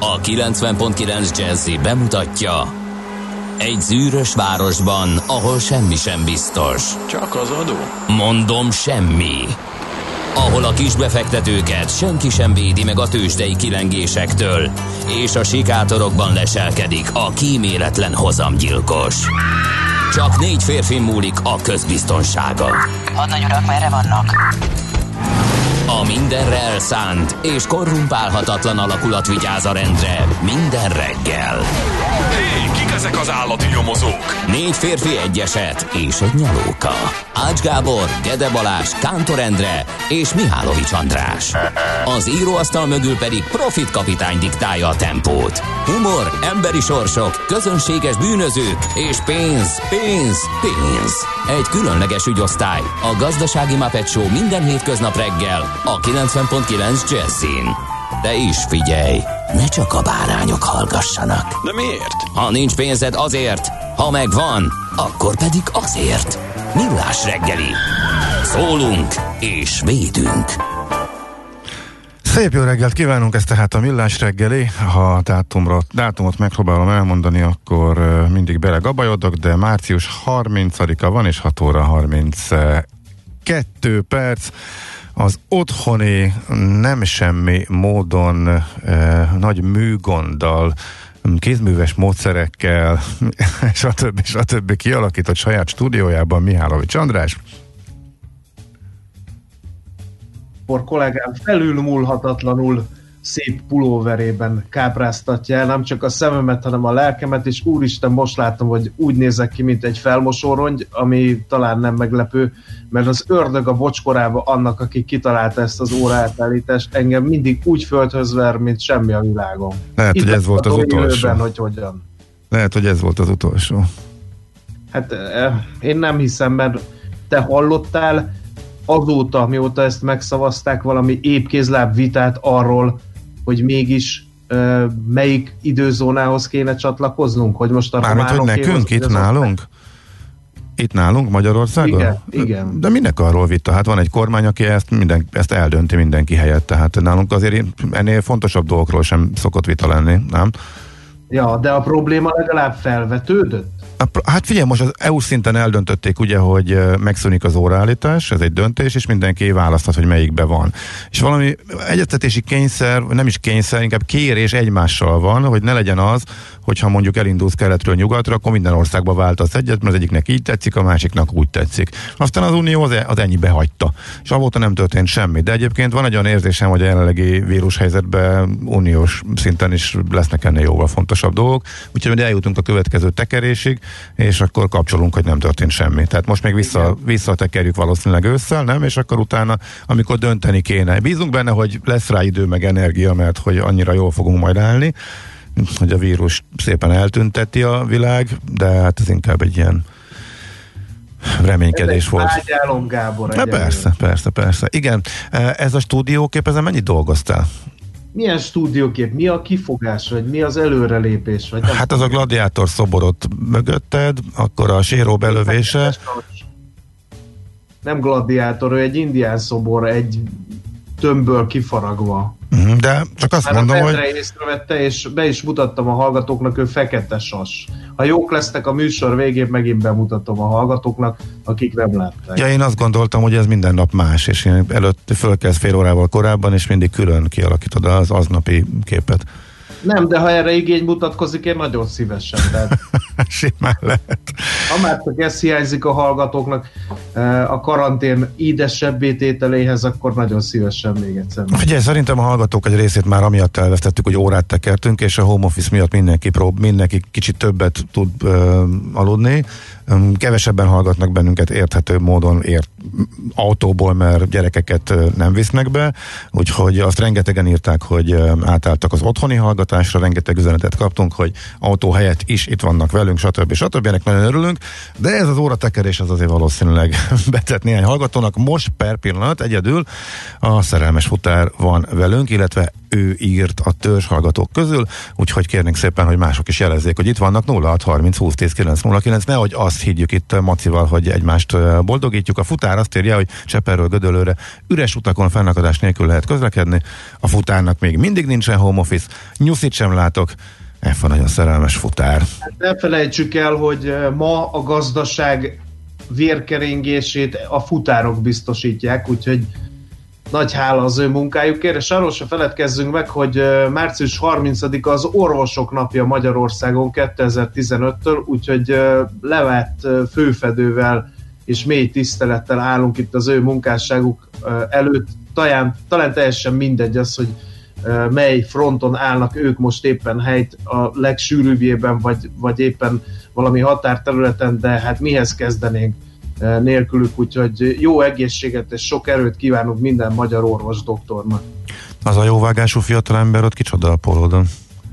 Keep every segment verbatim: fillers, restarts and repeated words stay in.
A kilencven pont kilenc Jazzy bemutatja: egy zűrös városban, ahol semmi sem biztos. Csak az adó? Mondom, semmi. Ahol a kisbefektetőket senki sem védi meg a tőzsdei kilengésektől, és a sikátorokban leselkedik a kíméletlen hozamgyilkos. Csak négy férfi múlik a közbiztonsága. Hadnagy urak, merre vannak? A mindenre elszánt és korrumpálhatatlan alakulat vigyáz a rendre minden reggel. Hé, kik ezek az állati nyomozók? Négy férfi, egy eset és egy nyalóka. Ács Gábor, Gede Balázs, Kántor Endre és Mihálovics András. Az íróasztal mögül pedig Profit kapitány diktálja a tempót. Humor, emberi sorsok, közönséges bűnözők és pénz, pénz, pénz. Egy különleges ügyosztály, a Gazdasági Muppet Show minden hétköznap reggel a kilencven pont kilenc Jazzin. De is figyelj, ne csak a bárányok hallgassanak. De miért? Ha nincs pénzed, azért, ha megvan, akkor pedig azért. Millás reggeli. Szólunk és védünk. Szép jó reggelt kívánunk, ez tehát a Millás reggeli. Ha dátumra, dátumot megpróbálom elmondani, akkor mindig belegabajodok, de március harmincadika van, és hat óra harminckettő perc. Az otthoni nem semmi módon eh, nagy műgonddal, kézműves módszerekkel, stb. stb. Kialakított saját stúdiójában Mihálovics András. Por kollégám felülmúlhatatlanul szép pulóverében kápráztatja el nem csak a szememet, hanem a lelkemet, és úristen, most látom, hogy úgy nézek ki, mint egy felmosórongy, ami talán nem meglepő, mert az ördög a bocskorába annak, aki kitalálta ezt az óraátállítást, engem mindig úgy földhöz ver, mint semmi a világon. Lehet, Itt hogy ez volt az utolsó. Élőben, hogy hogyan. Lehet, hogy ez volt az utolsó. Hát eh, én nem hiszem, mert te hallottál azóta, mióta ezt megszavazták, valami épkézláb vitát arról, hogy mégis uh, melyik időzónához kéne csatlakoznunk, hogy most a Mármint, hogy nekünk itt nálunk? Itt nálunk Magyarországon? Igen, igen. De minek arról vita? Hát van egy kormány, aki ezt, minden, ezt eldönti mindenki helyett, tehát nálunk azért ennél fontosabb dolgokról sem szokott vita lenni, nem? Ja, de a probléma legalább felvetődött? Hát figyelj, most az é u szinten eldöntötték ugye, hogy megszűnik az óraállítás, ez egy döntés, és mindenki választhat, hogy melyikbe van. És valami egyeztetési kényszer, nem is kényszer, inkább kérés egymással van, hogy ne legyen az, hogyha mondjuk elindulsz keletről nyugatra, akkor minden országba váltasz egyet, mert az egyiknek így tetszik, a másiknak úgy tetszik. Aztán az Unió az, az ennyibe hagyta. És avóta nem történt semmi. De egyébként van egy olyan érzésem, hogy a jelenlegi vírushelyzetben uniós szinten is lesznek ennél jóval fontosabb dolgok. Úgyhogy eljutunk a következő tekerésig, és akkor kapcsolunk, hogy nem történt semmi. Tehát most még vissza, visszatekerjük valószínűleg ősszel, nem? És akkor utána, amikor dönteni kéne. Bízunk benne, hogy lesz rá idő meg energia, mert hogy annyira jól fogunk majd állni, hogy a vírus szépen eltünteti a világ, de hát ez inkább egy ilyen reménykedés volt. Vágyálom, Gábor. Na, persze, persze, persze. Igen, ez a stúdiókép, ezen mennyit dolgoztál? Milyen stúdiókép? Mi a kifogás? Vagy mi az előrelépés? Vagy hát az a gladiátor szoborot mögötted, akkor a séró belövése. Nem gladiátor, ő egy indián szobor, egy tömbből kifaragva. De csak azt már mondom, hogy... észrevette, és be is mutattam a hallgatóknak, ő fekete sas. Ha jók lesznek a műsor végén, megint bemutatom a hallgatóknak, akik nem látták. Ja, én azt gondoltam, hogy ez minden nap más, és én előtt fölkezd fél órával korábban, és mindig külön kialakítod az aznapi képet. Nem, de ha erre igény mutatkozik, én nagyon szívesen. Tehát... Simán lehet. Ha már csak ez hiányzik a hallgatóknak a karantén édesebbé tételéhez, akkor nagyon szívesen még egyszer. Figyelj, szerintem a hallgatók egy részét már amiatt elvesztettük, hogy órát tekertünk, és a home office miatt mindenki prób, mindenki kicsit többet tud uh, aludni. Um, kevesebben hallgatnak bennünket érthető módon ért autóból, mert gyerekeket uh, nem visznek be, úgyhogy azt rengetegen írták, hogy uh, átálltak az otthoni hallgatásra, rengeteg üzenetet kaptunk, hogy autó helyett is itt vannak velünk, stb. stb. Ennek nagyon örülünk, de ez az óratekerés az azért valószínűleg betett néhány hallgatónak. Most per pillanat egyedül a szerelmes futár van velünk, illetve ő írt a törzs hallgatók közül, úgyhogy kérnénk szépen, hogy mások is jelezzék, hogy itt vannak nulla hat harminc húsz tíz kilenc nulla kilenc, nehogy azt higgyük itt Macival, hogy egymást boldogítjuk. A futár azt írja, hogy Cseperről Gödöllőre üres utakon fennakadás nélkül lehet közlekedni, a futárnak még mindig nincsen home office, nyusz Messi-t sem látok. F a nagyon szerelmes futár. Hát ne felejtsük el, hogy ma a gazdaság vérkeringését a futárok biztosítják, úgyhogy nagy hála az ő munkájukért, és arról se feledkezzünk meg, hogy március harmincadika az orvosok napja Magyarországon kétezer-tizenöttől, úgyhogy levett főfedővel és mély tisztelettel állunk itt az ő munkásságuk előtt. Talán, talán teljesen mindegy az, hogy mely fronton állnak ők most éppen helyt a legsűrűbbjében, vagy, vagy éppen valami határterületen, de hát mihez kezdenénk nélkülük, úgyhogy jó egészséget és sok erőt kívánunk minden magyar orvos doktornak. Az a jóvágású fiatalember ott kicsoda a pólódon?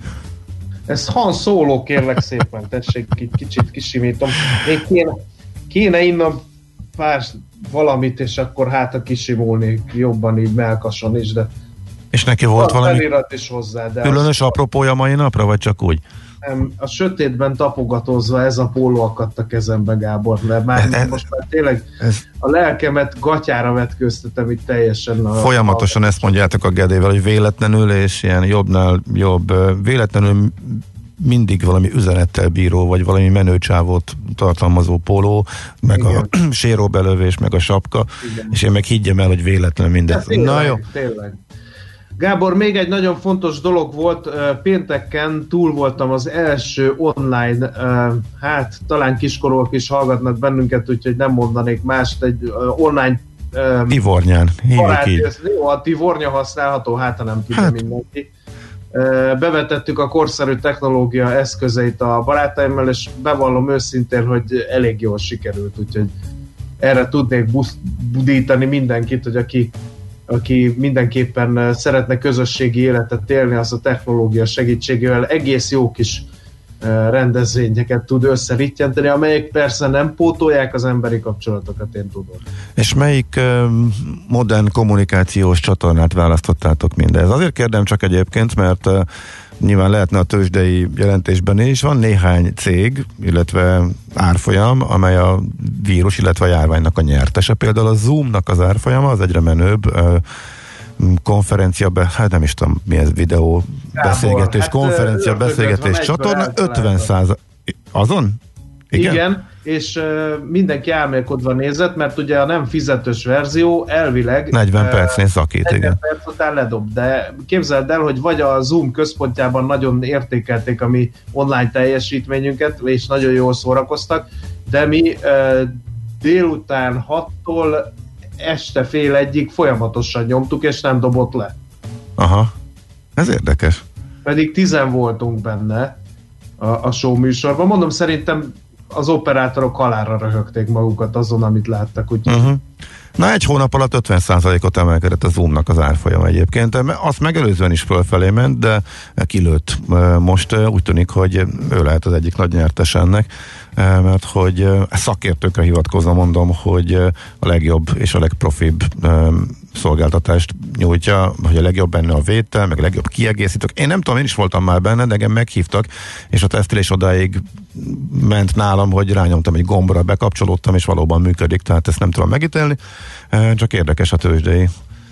Ez Han Solo, kérlek szépen, tessék, kicsit kisimítom. Még kéne, kéne innom pár valamit, és akkor hát a kisimulni jobban így melkason is, de és neki volt valami felirat is hozzá, de különös apropója mai napra, vagy csak úgy? Nem, a sötétben tapogatózva ez a póló akadt a kezembe, Gábor, mert már ez, most már tényleg ez, a lelkemet gatyára vetköztetem itt teljesen. A, folyamatosan a... ezt mondjátok a Gedével, hogy véletlenül és ilyen jobbnál jobb, véletlenül mindig valami üzenettel bíró, vagy valami menőcsávót tartalmazó póló, meg igen. a séróbelövés, meg a sapka, igen. és én meg higgyem el, hogy véletlenül mindez. Tényleg, Na jó. Tényleg. Gábor, még egy nagyon fontos dolog volt, pénteken túl voltam az első online, hát talán kiskorúak is hallgatnak bennünket, úgyhogy nem mondanék mást, egy online Tivornyán, hívjuk így. Jó, a Tivornya használható, hát ha nem tudja hát. mindenki. Bevetettük a korszerű technológia eszközeit a barátaimmal, és bevallom őszintén, hogy elég jól sikerült, úgyhogy erre tudnék buzdítani mindenkit, hogy aki aki mindenképpen szeretne közösségi életet élni, az a technológia segítségével egész jó kis rendezvényeket tud összerittyenteni, amelyek persze nem pótolják az emberi kapcsolatokat, én tudom. És melyik modern kommunikációs csatornát választottátok mindez? Azért kérdem csak egyébként, mert nyilván lehetne a tőzsdei jelentésben is, van néhány cég, illetve árfolyam, amely a vírus, illetve a járványnak a nyertese. Például a Zoomnak az árfolyama, az egyre menőbb konferencia, be, hát nem is tudom mi ez, videó Gábor, beszélgetés, hát, konferencia beszélgetés csatorna, ötven százalék azon? Igen, Igen és uh, mindenki álmélkodva nézett, mert ugye a nem fizetős verzió elvileg negyven uh, percnél szakít, negyven igen. perc után ledob, de képzeld el, hogy vagy a Zoom központjában nagyon értékelték a mi online teljesítményünket, és nagyon jól szórakoztak, de mi uh, délután hattól este fél egyig folyamatosan nyomtuk, és nem dobott le. Aha, ez érdekes. Pedig tizen voltunk benne a, a show műsorban. Mondom, szerintem az operátorok halálra röhögték magukat azon, amit láttak. Úgy... Uh-huh. Na, egy hónap alatt ötven százalékot emelkedett a Zoomnak az árfolyama egyébként. Azt megelőzően is fölfelé ment, de kilőtt. Most úgy tűnik, hogy ő lehet az egyik nagy nyertes ennek, mert hogy szakértőkre hivatkozva mondom, hogy a legjobb és a legprofibb szolgáltatást nyújtja, hogy a legjobb benne a vétel, meg a legjobb kiegészítők. Én nem tudom, én is voltam már benne, de engem meghívtak, és a tesztelés odáig ment nálam, hogy rányomtam egy gombra, bekapcsolódtam, és valóban működik, tehát ezt nem tudom megítélni. Csak érdekes a tőzsdei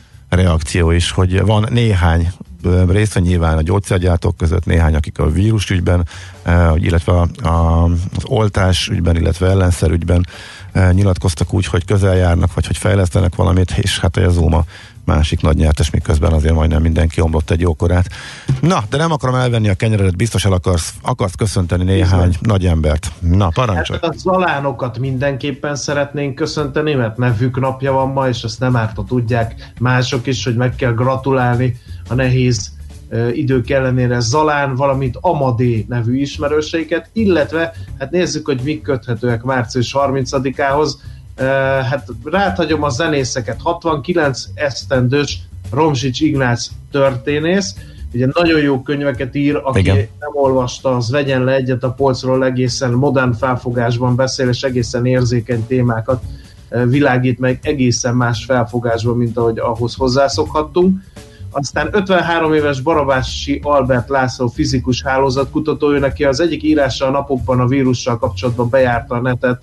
reakció is, hogy van néhány részben nyilván a gyógyszergyártók között, néhány, akik a vírusügyben, illetve a, a, az oltás ügyben, illetve ellenszerügyben nyilatkoztak úgy, hogy közel járnak, vagy hogy fejlesztenek valamit, és hát a Zoom a másik nagy nyertes, miközben azért majdnem mindenki omlott egy jókorát. Na, de nem akarom elvenni a kenyeredet, biztos el akarsz, akarsz köszönteni néhány Bizony. nagy embert. Na, parancsolj! Hát a zalánokat mindenképpen szeretnénk köszönteni, mert nevük napja van ma, és ezt nem árt, tudják mások is, hogy meg kell gratulálni a nehéz uh, idők ellenére Zalán, valamint Amadé nevű ismerőseiket, illetve hát nézzük, hogy mik köthetőek március harmincadikához. Uh, hát ráthagyom a zenészeket. hatvankilenc esztendős Romsics Ignác történész, ugye nagyon jó könyveket ír, aki Igen. nem olvasta, az vegyen le egyet a polcról, egészen modern felfogásban beszél, és egészen érzékeny témákat uh, világít meg egészen más felfogásban, mint ahogy ahhoz hozzászokhattunk. Aztán ötvenhárom éves Barabási Albert László fizikus hálózatkutató, ő neki az egyik írása a napokban a vírussal kapcsolatban bejárta a netet,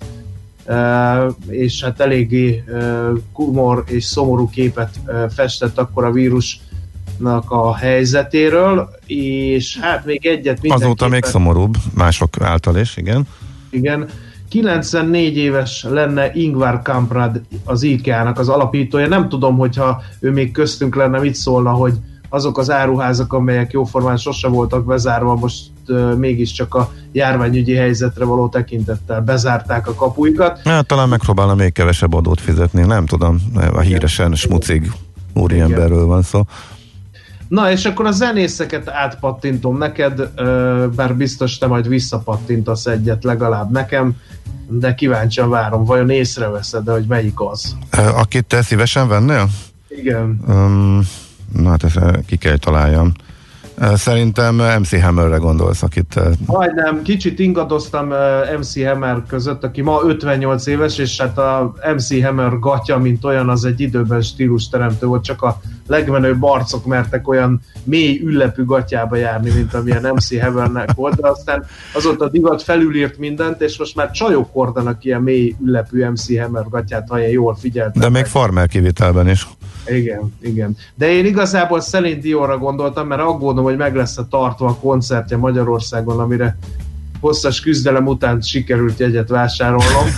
Uh, és hát eléggé uh, kumor és szomorú képet uh, festett akkor a vírus a helyzetéről, és hát még egyet mindenképpen... Azóta még szomorúbb, mások által is, igen. Igen. kilencvennégy éves lenne Ingvar Kamprad, az í ká á-nak az alapítója. Nem tudom, hogyha ő még köztünk lenne, mit szólna, hogy azok az áruházak, amelyek jóformán sose voltak bezárva, most uh, mégiscsak a járványügyi helyzetre való tekintettel bezárták a kapuikat. Hát talán megpróbálna még kevesebb adót fizetni, nem tudom, a híresen smucig úriemberről van szó. Na, és akkor a zenészeket átpattintom neked, bár biztos te majd visszapattintasz egyet legalább nekem, de kíváncsian várom, vajon észreveszed, hogy melyik az? Akit te szívesen vennél? Igen. Um, na hát ezt ki kell találjam. Szerintem em cé Hammerre gondolsz, akit... Majdnem, kicsit ingadoztam em cé Hammer között, aki ma ötvennyolc éves, és hát a em cé Hammer gatya, mint olyan, az egy időben stílusteremtő volt, csak a legmenőbb arcok mertek olyan mély üllepű gatyába járni, mint amilyen em cé Hammernek volt, de aztán azóta divat felülírt mindent, és most már csajok hordanak ilyen mély üllepű em cé Hammer gatyát, ha én jól figyeltem. De még farmer kivitelben is. Igen, igen. De én igazából Celine Dionra gondoltam, mert aggódom, hogy meg lesz a tartva a koncertje Magyarországon, amire hosszas küzdelem után sikerült jegyet vásárolnom.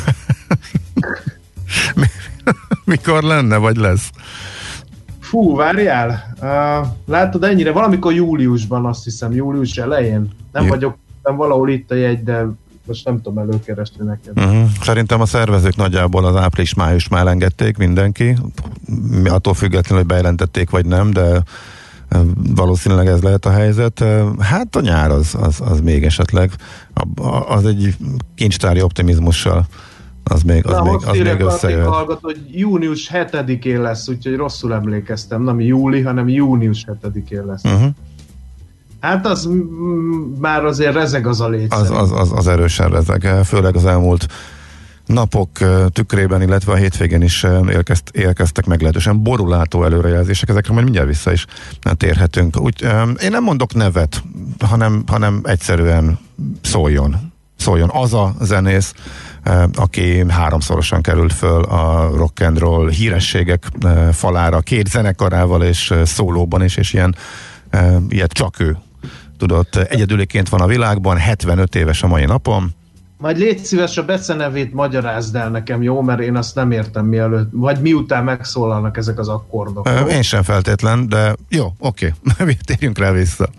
Mikor lenne, vagy lesz? Fú, várjál! Uh, látod, ennyire, valamikor júliusban, azt hiszem, július elején. Nem Jó. vagyok, nem valahol itt a jegy, de most nem tudom előkeresni neked. Uh-huh. Szerintem a szervezők nagyjából az április-május már engedték mindenki, attól függetlenül, hogy bejelentették vagy nem, de valószínűleg ez lehet a helyzet. Hát a nyár az, az, az még esetleg, az egy kincstári optimizmussal az még, az Na, még, az még összejöhet. Hallgat, hogy június hetedikén lesz, úgyhogy rosszul emlékeztem, nem júli, hanem június hetedikén lesz. Uh-huh. Hát az m- már azért rezeg az a létszer. Az, az, az, az erősen rezeg, főleg az elmúlt napok tükrében, illetve a hétvégén is érkezt, érkeztek meglehetősen borulátó előrejelzések, ezekre majd mindjárt vissza is térhetünk. Úgy, én nem mondok nevet, hanem, hanem egyszerűen szóljon. Szóljon az a zenész, aki háromszorosan került föl a rock and roll hírességek falára, két zenekarával és szólóban is, és ilyen, ilyet csak ő tudott. Egyedüliként van a világban, hetvenöt éves a mai napon. Majd légy szíves, a becenevét magyarázd el nekem, jó? Mert én azt nem értem mielőtt, vagy miután megszólalnak ezek az akkordok. Jó? Én sem feltétlen, de jó, oké, okay. Térjünk rá vissza.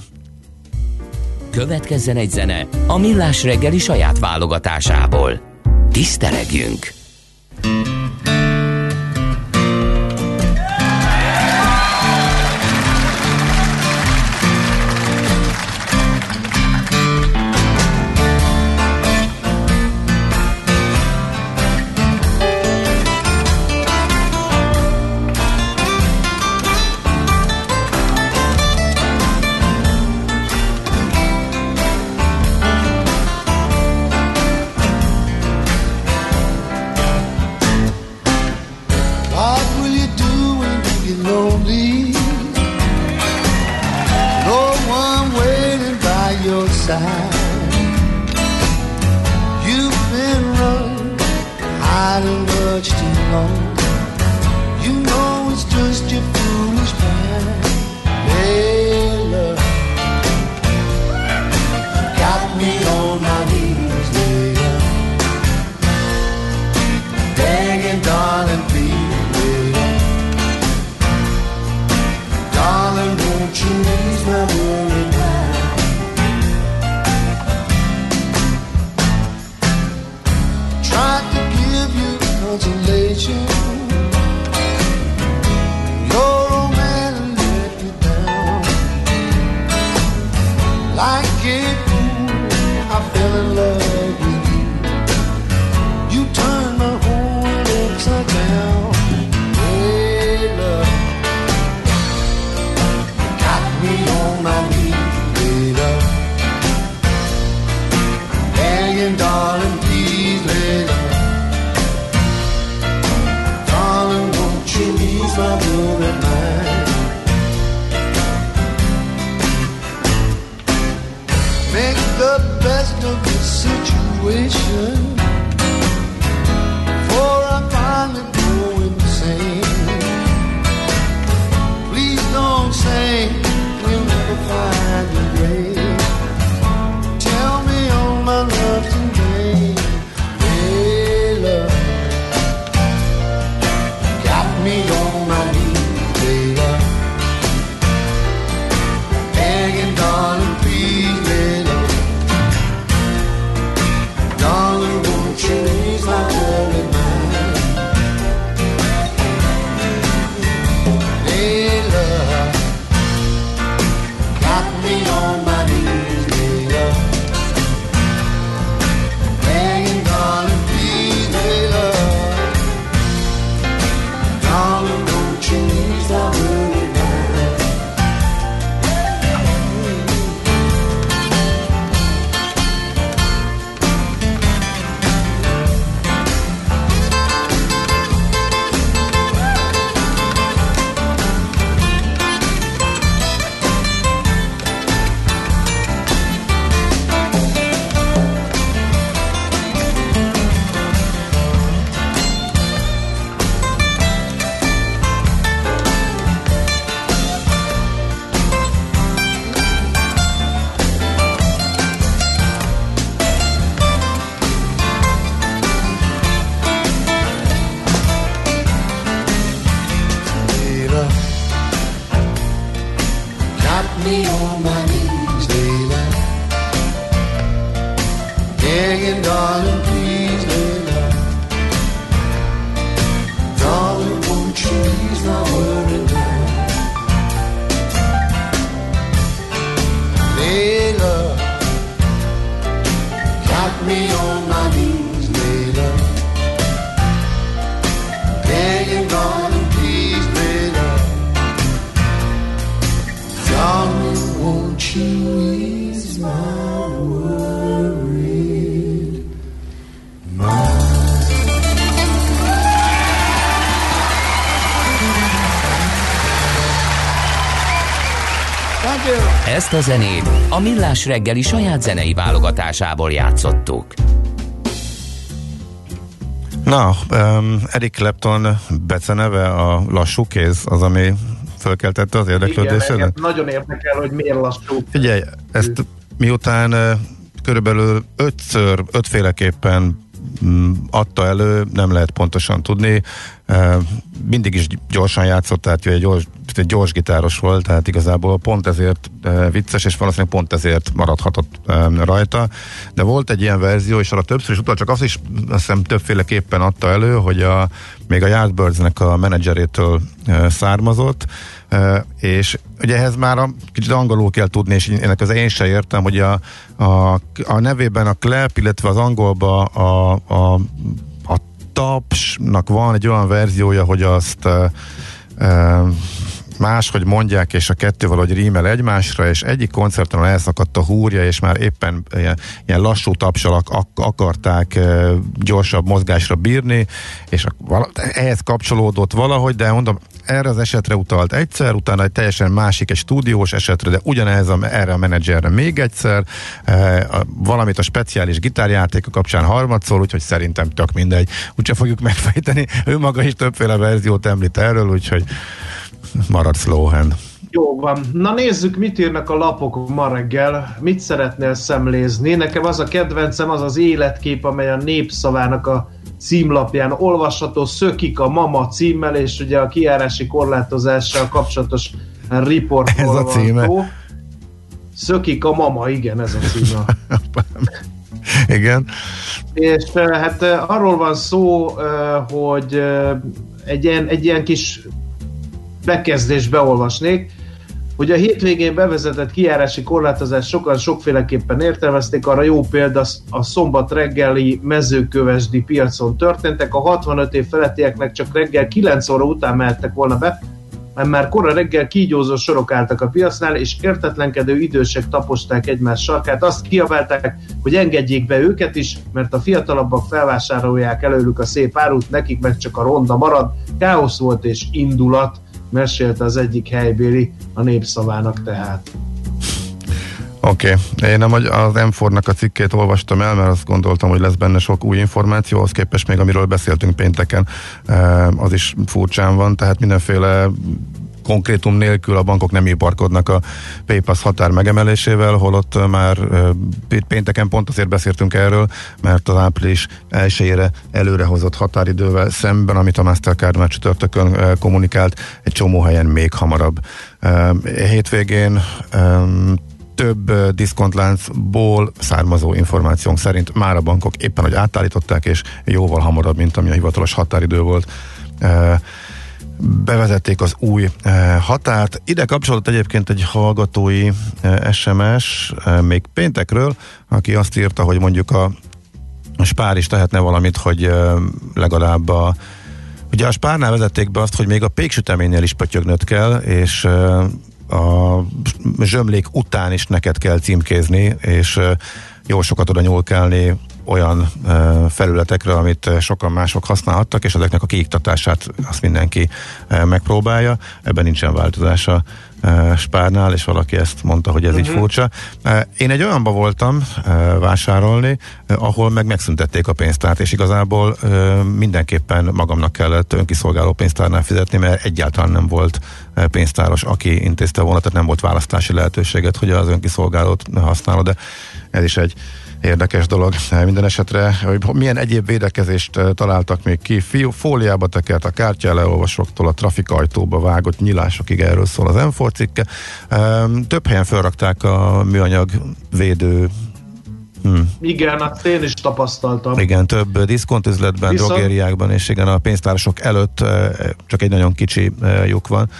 Következzen egy zene a Millás reggeli saját válogatásából. Tisztelegjünk! Please don't say begging, darling, please lay low. Darling, won't you ease my worried mind? Hey, love, got me on my knees, lay low. Begging, darling, please lay low. Darling, won't you ease my worried mind? Me on my knees, Layla, begging, darling, please, Layla. Darling, won't you ease my worried mind? Layla, got me on my knees, Layla, begging, darling, please, Layla. Darling, won't you ease my worried mind? Thank you. Ezt a zenét a Millás reggeli saját zenei válogatásából játszottuk. Na, um, Eric Clapton beceneve, a lassú kéz, az, ami fölkeltette az érdeklődésedet? Igen, nagyon érdekel, hogy miért lassú. Figyelj, ezt miután uh, körülbelül ötször, ötféleképpen mm, adta elő, nem lehet pontosan tudni. Uh, mindig is gyorsan játszott, tehát egy gyors, egy gyors gitáros volt, tehát igazából pont ezért uh, vicces, és valószínűleg pont ezért maradhatott uh, rajta. De volt egy ilyen verzió, és arra többször is utal, csak azt is azt hiszem többféleképpen adta elő, hogy a, még a Yardbirds-nek a menedzserétől uh, származott, uh, és ugye ehhez már a, kicsit angolul kell tudni, és ennek az én se értem, hogy a, a, a nevében a clap, illetve az angolban a, a, a tapsnak van egy olyan verziója, hogy azt uh, uh, máshogy mondják, és a kettő valahogy rímel egymásra, és egyik koncerten elszakadt a húrja, és már éppen ilyen, ilyen lassú tapsal ak- akarták uh, gyorsabb mozgásra bírni, és a, vala, ehhez kapcsolódott valahogy, de mondom, erre az esetre utalt egyszer, utána egy teljesen másik, egy stúdiós esetre, de ugyanehhez a, erre a menedzserre még egyszer, uh, a, valamit a speciális gitárjátéka kapcsán harmadszor, úgyhogy szerintem tök mindegy. Úgyse fogjuk megfejteni. Ő maga is többféle verziót említ erről, úgyhogy marad slow hand. Jó van. Na nézzük, mit írnak a lapok ma reggel. Mit szeretnél szemlézni? Nekem az a kedvencem, az az életkép, amely a Népszavának a címlapján olvasható, Szökik a mama címmel, és ugye a kijárási korlátozással kapcsolatos riportról ez a címe. Van. Szökik a mama, igen, ez a címe. Igen. És hát arról van szó, hogy egy ilyen, egy ilyen kis bekezdést beolvasnék, hogy a hétvégén bevezetett kijárási korlátozás sokan sokféleképpen értelmezték, arra jó példa a szombat reggeli mezőkövesdi piacon történtek, a hatvanöt év felettieknek csak reggel kilenc óra után mehettek volna be, mert már kora reggel kígyózó sorok álltak a piacnál, és értetlenkedő idősek taposták egymás sarkát, azt kiabálták, hogy engedjék be őket is, mert a fiatalabbak felvásárolják előlük a szép árut, nekik meg csak a ronda marad, káosz volt és indulat, mesélte az egyik helybéli a Népszavának tehát. Oké, okay. Én nem az em négy-nak a cikkét olvastam el, mert azt gondoltam, hogy lesz benne sok új információ, ahhoz képest még amiről beszéltünk pénteken, az is furcsán van, tehát mindenféle konkrétum nélkül a bankok nem iparkodnak a PayPass határ megemelésével, holott már pénteken pont azért beszéltünk erről, mert az április elsőjére előrehozott határidővel szemben, amit a Mastercard már csütörtökön kommunikált, egy csomó helyen még hamarabb. Hétvégén több uh, diszkontláncból származó információnk szerint már a bankok éppen, hogy átállították, és jóval hamarabb, mint ami a hivatalos határidő volt, uh, bevezették az új uh, határt. Ide kapcsolódott egyébként egy hallgatói uh, es em es uh, még péntekről, aki azt írta, hogy mondjuk a a Spár is tehetne valamit, hogy uh, legalább a ugye a Spárnál vezették be azt, hogy még a péksüteménynél is pötyögnöd kell, és uh, a zsömlék után is neked kell címkézni, és uh, jó sokat oda nyúlkálni olyan uh, felületekre, amit sokan mások használhattak, és ezeknek a kiiktatását azt mindenki uh, megpróbálja. Ebben nincsen változás a uh, Spárnál, és valaki ezt mondta, hogy ez uh-huh. így furcsa. Uh, én egy olyanba voltam uh, vásárolni, uh, ahol meg megszüntették a pénztárt, és igazából uh, mindenképpen magamnak kellett önkiszolgáló pénztárnál fizetni, mert egyáltalán nem volt uh, pénztáros, aki intézte volna, tehát nem volt választási lehetőséget, hogy az önkiszolgálót használod, de ez is egy érdekes dolog. Minden esetre, hogy milyen egyéb védekezést találtak még ki. Fóliába tekert a kártyaeleolvasóktól a trafikajtóba vágott nyilásokig, erről szól az em négy cikke. Több helyen felrakták a műanyag védő Hmm. Igen, azt én is tapasztaltam. Igen, több diszkontüzletben, Viszont... drogériákban, és igen, a pénztárosok előtt csak egy nagyon kicsi lyuk van.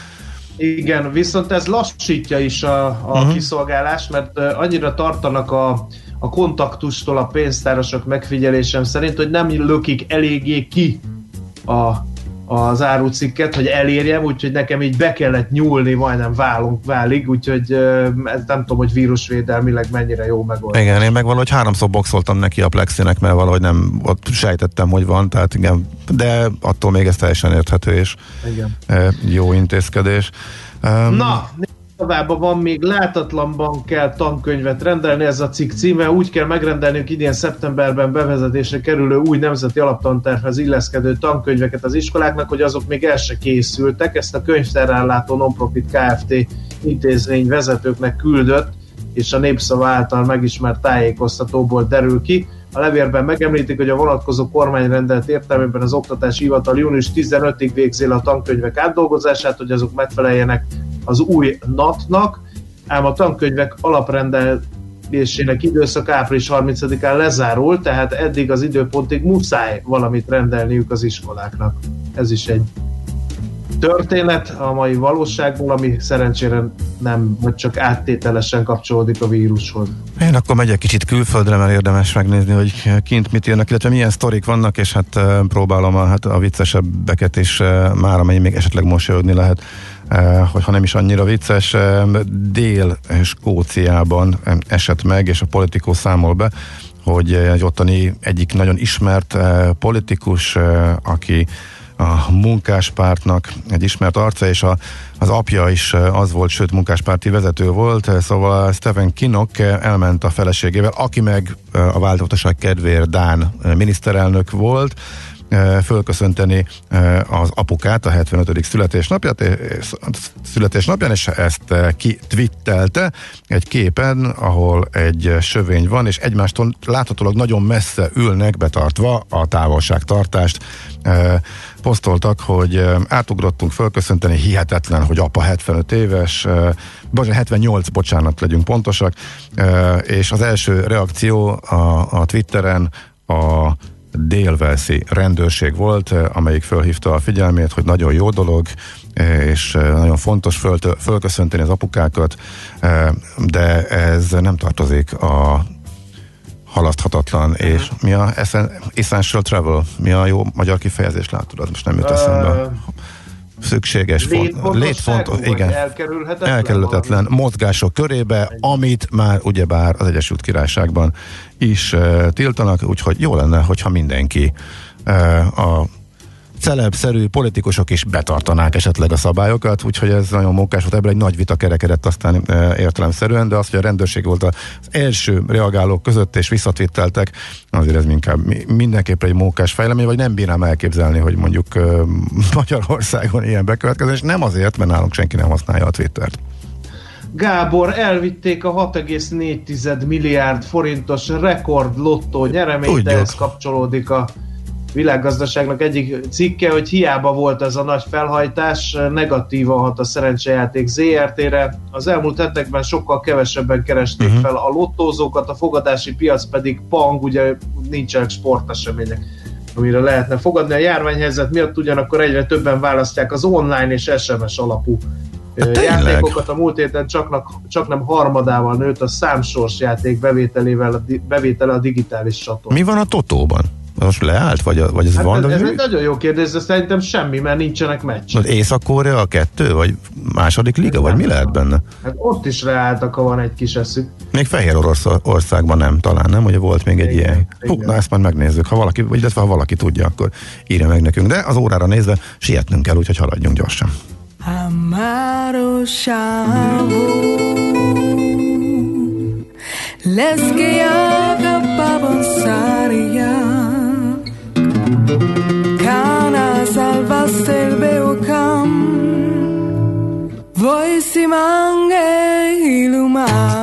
Igen, viszont ez lassítja is a, a uh-huh. kiszolgálást, mert annyira tartanak a, a kontaktustól a pénztárosok megfigyelésem szerint, hogy nem lökik eléggé ki a, az árucikket, hogy elérjem, úgyhogy nekem így be kellett nyúlni, majdnem válunk válig, úgyhogy ez nem tudom, hogy vírusvédelmileg mennyire jó megoldás. Igen, én meg valahogy háromszor boxoltam neki a Plexinek, mert valahogy nem ott sejtettem, hogy van, tehát igen, de attól még ez teljesen érthető, és igen. Jó intézkedés. Um, Na, tovább van még látatlanban kell tankönyvet rendelni, ez a cikk címe. Úgy kell megrendelniük idén szeptemberben bevezetésre kerülő új nemzeti alaptantervhez illeszkedő tankönyveket az iskoláknak, hogy azok még el se készültek. Ezt a könyvtárellátó non-profit Kft. Intézmény vezetőknek küldött, és a Népszava által megismert tájékoztatóból derül ki. A levélben megemlítik, hogy a vonatkozó kormányrendelet értelmében az Oktatási Hivatal június tizenötödikéig végzi a tankönyvek átdolgozását, hogy azok megfeleljenek az új en á té-nak, ám a tankönyvek alaprendelésének időszak április harmincadikán lezárul, tehát eddig az időpontig muszáj valamit rendelniük az iskoláknak. Ez is egy történet a mai valóságból, ami szerencsére nem, vagy csak áttételesen kapcsolódik a vírushoz. Én akkor megyek kicsit külföldre, mert érdemes megnézni, hogy kint mit írnak, illetve milyen sztorik vannak, és hát uh, próbálom a, hát a viccesebbeket is uh, már, amennyi még esetleg mosolyodni lehet, uh, hogyha nem is annyira vicces. Uh, Dél-Skóciában um, esett meg, és a Politico számol be, hogy egy ottani egyik nagyon ismert uh, politikus, uh, aki a munkáspártnak egy ismert arca, és a, az apja is az volt, sőt munkáspárti vezető volt, szóval Stephen Kinnock elment a feleségével, aki meg a változatosság kedvéért dán miniszterelnök volt, fölköszönteni az apukát a hetvenötödik születésnapját, születésnapján, és ezt kitwittelte egy képen, ahol egy sövény van, és egymástól láthatólag nagyon messze ülnek, betartva a távolságtartást. Posztoltak, hogy átugrottunk fölköszönteni, hihetetlen, hogy apa hetvenöt éves, bocsánat, hetvennyolc, bocsánat, legyünk pontosak, és az első reakció a, a Twitteren a Dél-Walesi rendőrség volt, amelyik fölhívta a figyelmét, hogy nagyon jó dolog, és nagyon fontos föl, fölköszönteni az apukákat, de ez nem tartozik a halaszthatatlan, uh-huh. és mi a essential travel? Mi a jó magyar kifejezés, látod? Az most nem jut eszembe. Uh, Szükséges, létfontos, igen, elkerülhetetlen, elkerülhetetlen mozgások körébe, amit már ugyebár az Egyesült Királyságban is uh, tiltanak, úgyhogy jó lenne, hogyha mindenki uh, a celebszerű politikusok is betartanák esetleg a szabályokat, úgyhogy ez nagyon mókás volt, ebből egy nagy vita kerekedett aztán e, értelemszerűen, de az, hogy a rendőrség volt az első reagálók között, és visszatvitteltek, azért ez inkább mindenképpen egy mókás fejlemény, vagy nem bírnám elképzelni, hogy mondjuk e, Magyarországon ilyen bekövetkezés, és nem azért, mert nálunk senki nem használja a Twittert. Gábor, elvitték a hat egész négy milliárd forintos rekord lottó nyereményt, de ez kapcsolódik a világgazdaságnak egyik cikke, hogy hiába volt ez a nagy felhajtás, negatívan hat a szerencsejáték zé er té-re. Az elmúlt hetekben sokkal kevesebben keresték uh-huh. fel a lottózókat, a fogadási piac pedig pang, ugye nincsenek sportesemények, amire lehetne fogadni. A járványhelyzet miatt ugyanakkor egyre többen választják az online és es em es alapú hát játékokat. A múlt héten csak, csak nem harmadával nőtt a számsors játék bevételével a, bevétele a digitális csatorn. Mi van a Totóban? Most leállt? Vagy, vagy ez hát van? Ez, ez ő... egy nagyon jó kérdés, de szerintem semmi, mert nincsenek meccsek. Észak-Korea a kettő? Vagy második liga? Ez vagy mi lehet benne? Hát ott is leálltak, ha van egy kis eszük. Még Fehér Oroszországban nem, talán nem? Ugye volt még egy igen, ilyen. Hú, na ezt majd megnézzük. Ha valaki, vagy illetve ha valaki tudja, akkor írja meg nekünk. De az órára nézve sietnünk kell, úgyhogy haladjunk gyorsan. Amaro Chavo, les que agapaban saria, cana salvaste el beocam, voi si mange ilumar.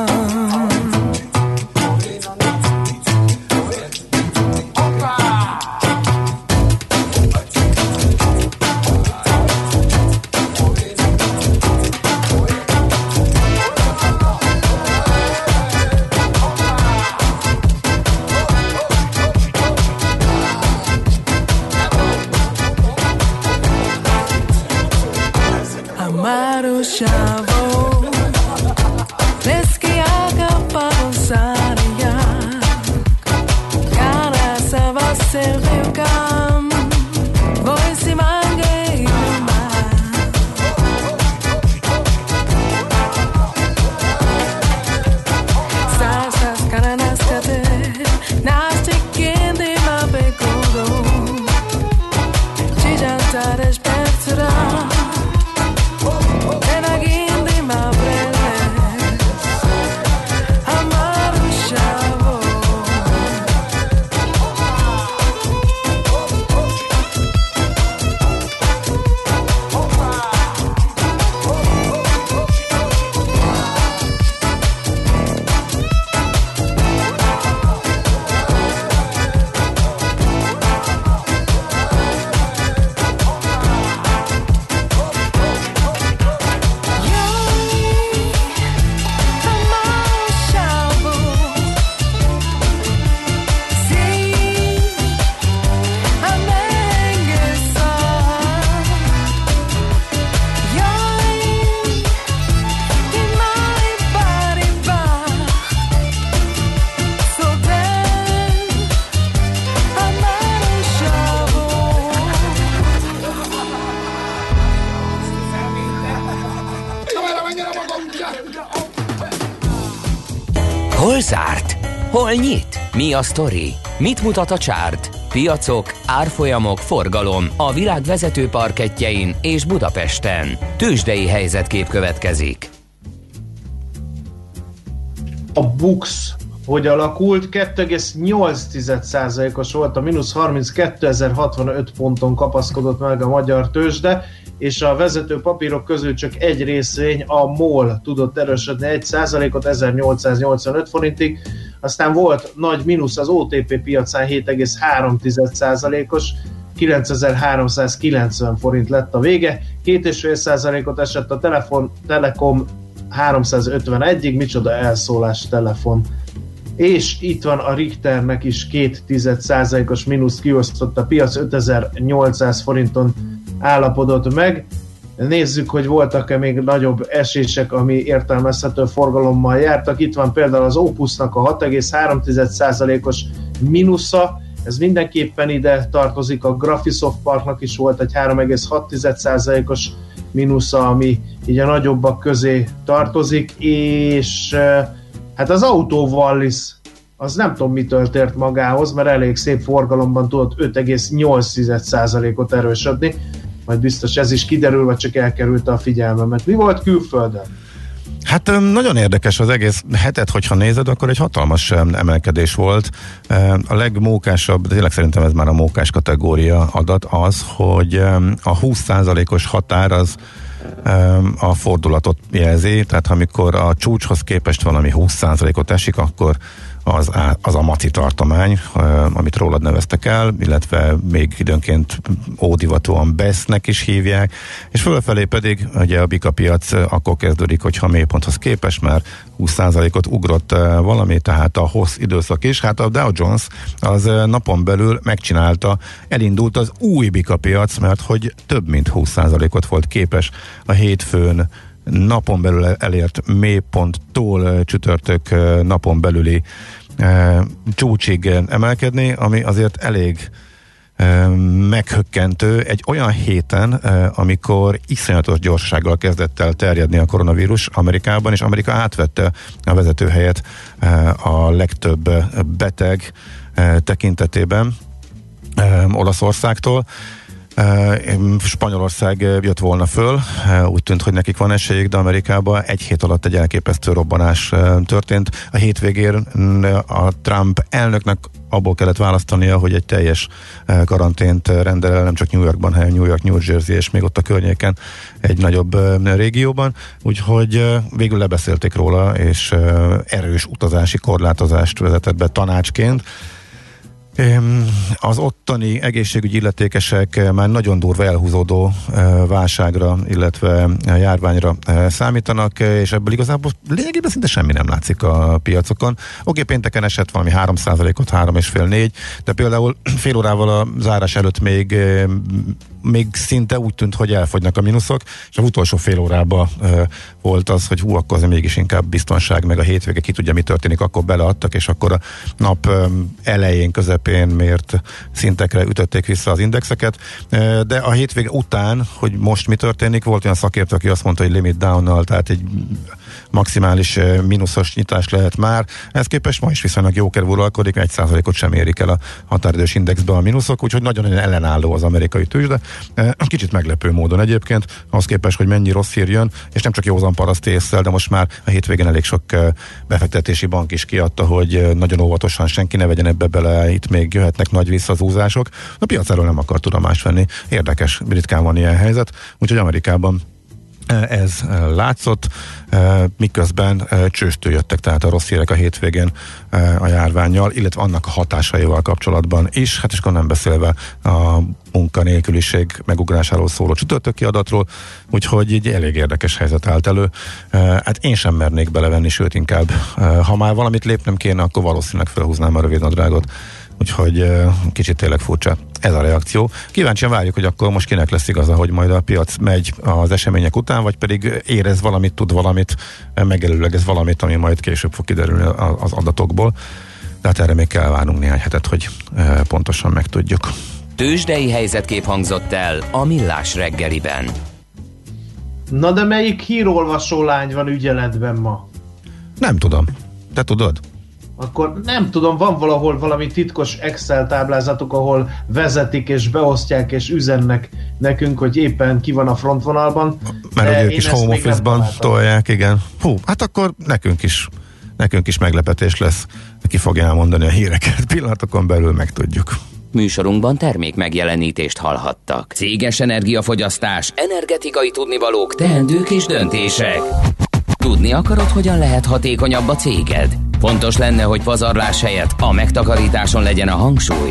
Chavo, les que agaparon saria, cara se va a ser de cam, voy si mangue y mar. Salsas cananas cate, naste quien de ma pecodo, chillantares pertura. Hol zárt? Hol nyit? Mi a sztori? Mit mutat a csárt? Piacok, árfolyamok, forgalom a világ vezető parkettjein és Budapesten. Tőzsdei helyzetkép következik. A BUX hogy alakult? kettő egész nyolc százalékos volt, a mínusz harminckétezer-hatvanöt ponton kapaszkodott meg a magyar tőzsde, és a vezető papírok közül csak egy részvény, a MOL tudott erősödni egy százalékot ezernyolcszáznyolcvanöt forintig, aztán volt nagy mínusz az o té pé piacán hét egész három százalékos, kilencezer-háromszázkilencven forint lett a vége, két egész öt százalékot esett a telefon, Telekom háromszázötvenegyig, micsoda elszólás Telefon. És itt van a Richternek is két tized százalékos mínusz kiosztott a piac, ötezer-nyolcszáz forinton állapodott meg. Nézzük, hogy voltak-e még nagyobb esések, ami értelmezhető forgalommal jártak. Itt van például az Opusnak a hat egész három százalékos mínusza, ez mindenképpen ide tartozik, a Graphisoft Parknak is volt egy három egész hat százalékos mínusza, ami így a nagyobbak közé tartozik, és hát az Auto Wallis, az nem tudom mitől tért magához, mert elég szép forgalomban tudott öt egész nyolc százalékot erősödni, majd biztos ez is kiderül, vagy csak elkerülte a figyelmemet. Mi volt külföldön? Hát nagyon érdekes az egész hetet, hogyha nézed, akkor egy hatalmas emelkedés volt. A legmókásabb, de tényleg szerintem ez már a mókás kategória adat az, hogy a húsz százalékos határ az a fordulatot jelzi, tehát amikor a csúcshoz képest valami húsz százalékot esik, akkor az, az a maci tartomány, amit rólad neveztek el, illetve még időnként ódivatóan BESZ-nek is hívják, és fölfelé pedig ugye a bika piac akkor kezdődik, hogyha mélyponthoz képest már húsz százalékot ugrott valami, tehát a hossz időszak is. Hát a Dow Jones az napon belül megcsinálta, elindult az új bika piac, mert hogy több mint húsz százalékot volt képes a hétfőn napon belül elért mélyponttól csütörtök napon belüli e, csúcsig emelkedni, ami azért elég e, meghökkentő egy olyan héten, e, amikor iszonyatos gyorsasággal kezdett el terjedni a koronavírus Amerikában, és Amerika átvette a vezetőhelyet e, a legtöbb beteg e, tekintetében e, Olaszországtól. Uh, Spanyolország jött volna föl, uh, úgy tűnt, hogy nekik van esélyük, de Amerikában egy hét alatt egy elképesztő robbanás uh, történt. A hétvégén uh, a Trump elnöknek abból kellett választania, hogy egy teljes uh, karantént rendel el, nem csak New Yorkban, hanem New York, New Jersey és még ott a környéken egy nagyobb uh, régióban, úgyhogy uh, végül lebeszélték róla, és uh, erős utazási korlátozást vezetett be tanácsként. Az ottani egészségügyi illetékesek már nagyon durva elhúzódó válságra, illetve járványra számítanak, és ebből igazából lényegében szinte semmi nem látszik a piacokon. Oké, pénteken esett valami három százalékot, három és fél négy, de például fél órával a zárás előtt még még szinte úgy tűnt, hogy elfogynak a mínuszok, és az utolsó fél órában uh, volt az, hogy hú, akkor azért mégis inkább biztonság, meg a hétvége, ki tudja, mi történik, akkor beleadtak, és akkor a nap um, elején, közepén mért szintekre ütötték vissza az indexeket, uh, de a hétvége után, hogy most mi történik, volt olyan szakértő, aki azt mondta, hogy limit down-nal, tehát egy maximális uh, mínuszos nyitás lehet már. Ehhez képest ma is viszonylag jókedvű uralkodik, egy százalékot sem érik el a határidős indexbe a mínuszok, úgyhogy nagyon-nagyon ellenálló az amerikai tőzsde. Kicsit meglepő módon egyébként, ahhoz képest, hogy mennyi rossz hír jön, és nem csak józan paraszt ésszel, de most már a hétvégén elég sok befektetési bank is kiadta, hogy nagyon óvatosan senki ne vegyen ebbe bele, itt még jöhetnek nagy visszazúzások. A piac erről nem akar tudomást venni. Érdekes, ritkán van ilyen helyzet, úgyhogy Amerikában ez látszott, miközben csőstől jöttek tehát a rossz hírek a hétvégén a járvánnyal, illetve annak a hatásaival kapcsolatban is, hát és akkor nem beszélve a munkanélküliség megugrásáról szóló csütörtöki adatról, úgyhogy egy elég érdekes helyzet állt elő. Hát én sem mernék belevenni, sőt inkább, ha már valamit lépnem kéne, akkor valószínűleg felhúznám a rövidnadrágot. Úgyhogy uh, kicsit tényleg furcsa ez a reakció. Kíváncsian várjuk, hogy akkor most kinek lesz igaza, hogy majd a piac megy az események után, vagy pedig érez valamit, tud valamit, megelőlegez valamit, ami majd később fog kiderülni az adatokból. De hát erre még kell várnunk néhány hetet, hogy uh, pontosan megtudjuk. Tőzsdei helyzetkép hangzott el a Millás reggeliben. Na de melyik hírolvasó lány van ügyeletben ma? Nem tudom. Te tudod? Akkor nem tudom, van valahol valami titkos Excel táblázatok, ahol vezetik és beosztják és üzennek nekünk, hogy éppen ki van a frontvonalban. Mert ők is home office-ban tolják, igen. Hú, hát akkor nekünk is, nekünk is meglepetés lesz. Ki fogja elmondani a híreket. Pillanatokon belül megtudjuk. Műsorunkban termék megjelenítést hallhattak. Céges energiafogyasztás, energetikai tudnivalók, teendők és döntések. Tudni akarod, hogyan lehet hatékonyabb a céged? Fontos lenne, hogy pazarlás helyett a megtakarításon legyen a hangsúly.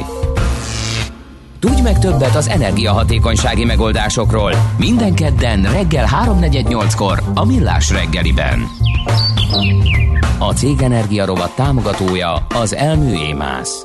Tudj meg többet az energiahatékonysági megoldásokról minden kedden reggel háromnegyed nyolckor a Millás reggeliben. A Cég Energia rovat támogatója az Elmű Émász.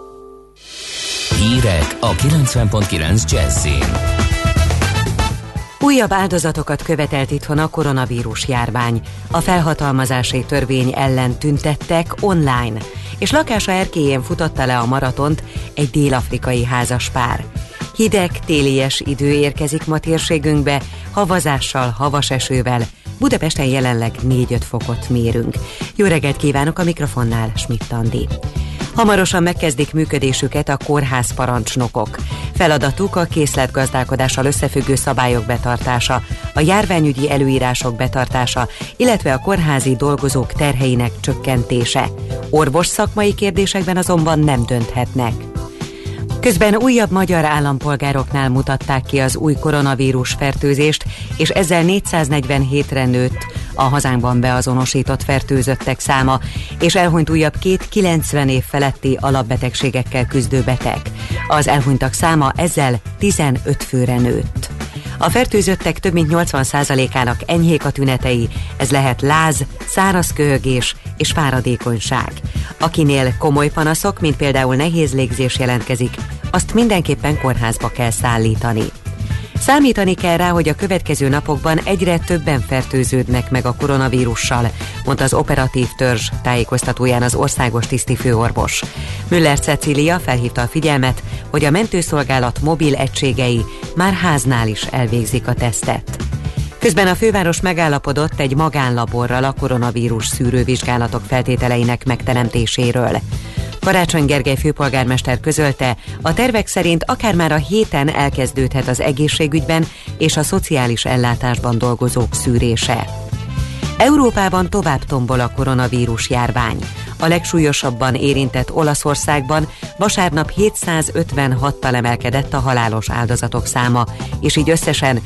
Hírek a kilencven pont kilenc Jazzin. Újabb áldozatokat követelt itthon a koronavírus járvány. A felhatalmazási törvény ellen tüntettek online, és lakása erkélyén futotta le a maratont egy dél-afrikai házaspár. Hideg, télies idő érkezik ma térségünkbe, havazással, havas esővel. Budapesten jelenleg négy-öt fokot mérünk. Jó reggelt kívánok, a mikrofonnál Schmidt Andi. Hamarosan megkezdik működésüket a kórház parancsnokok. Feladatuk a készletgazdálkodással összefüggő szabályok betartása, a járványügyi előírások betartása, illetve a kórházi dolgozók terheinek csökkentése. Orvos szakmai kérdésekben azonban nem dönthetnek. Közben újabb magyar állampolgároknál mutatták ki az új koronavírus fertőzést, és ezzel négyszáznegyvenhétre nőtt a hazánkban beazonosított fertőzöttek száma, és elhunyt újabb két kilencven év feletti alapbetegségekkel küzdő beteg. Az elhunytak száma ezzel tizenöt főre nőtt. A fertőzöttek több mint nyolcvan százalékának enyhék a tünetei, ez lehet láz, száraz köhögés és fáradékonyság. Akinél komoly panaszok, mint például nehéz légzés jelentkezik, azt mindenképpen kórházba kell szállítani. Számítani kell rá, hogy a következő napokban egyre többen fertőződnek meg a koronavírussal, mondta az operatív törzs tájékoztatóján az országos tisztifőorvos. Müller Cecília felhívta a figyelmet, hogy a mentőszolgálat mobil egységei már háznál is elvégzik a tesztet. Közben a főváros megállapodott egy magánlaborral a koronavírus szűrővizsgálatok feltételeinek megteremtéséről. Karácsony Gergely főpolgármester közölte, a tervek szerint akár már a héten elkezdődhet az egészségügyben és a szociális ellátásban dolgozók szűrése. Európában tovább tombol a koronavírus járvány. A legsúlyosabban érintett Olaszországban vasárnap hétszázötvenhattal emelkedett a halálos áldozatok száma, és így összesen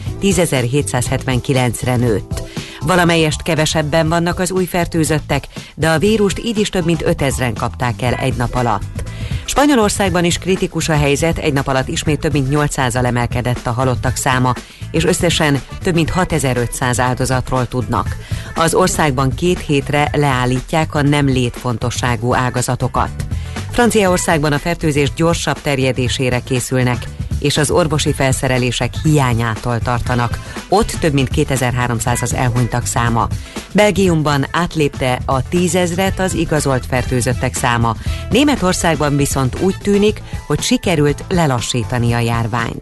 tízezer-hétszázhetvenkilencre nőtt. Valamelyest kevesebben vannak az új fertőzöttek, de a vírust így is több mint ötezren kapták el egy nap alatt. Spanyolországban is kritikus a helyzet, egy nap alatt ismét több mint nyolcszázal emelkedett a halottak száma, és összesen több mint hatezer-ötszáz áldozatról tudnak. Az országban két hétre leállítják a nem létfontosságú ágazatokat. Franciaországban a fertőzés gyorsabb terjedésére készülnek, és az orvosi felszerelések hiányától tartanak. Ott több mint kétezer-háromszáz az elhunytak száma. Belgiumban átlépte a tízezret az igazolt fertőzöttek száma. Németországban viszont úgy tűnik, hogy sikerült lelassítani a járványt.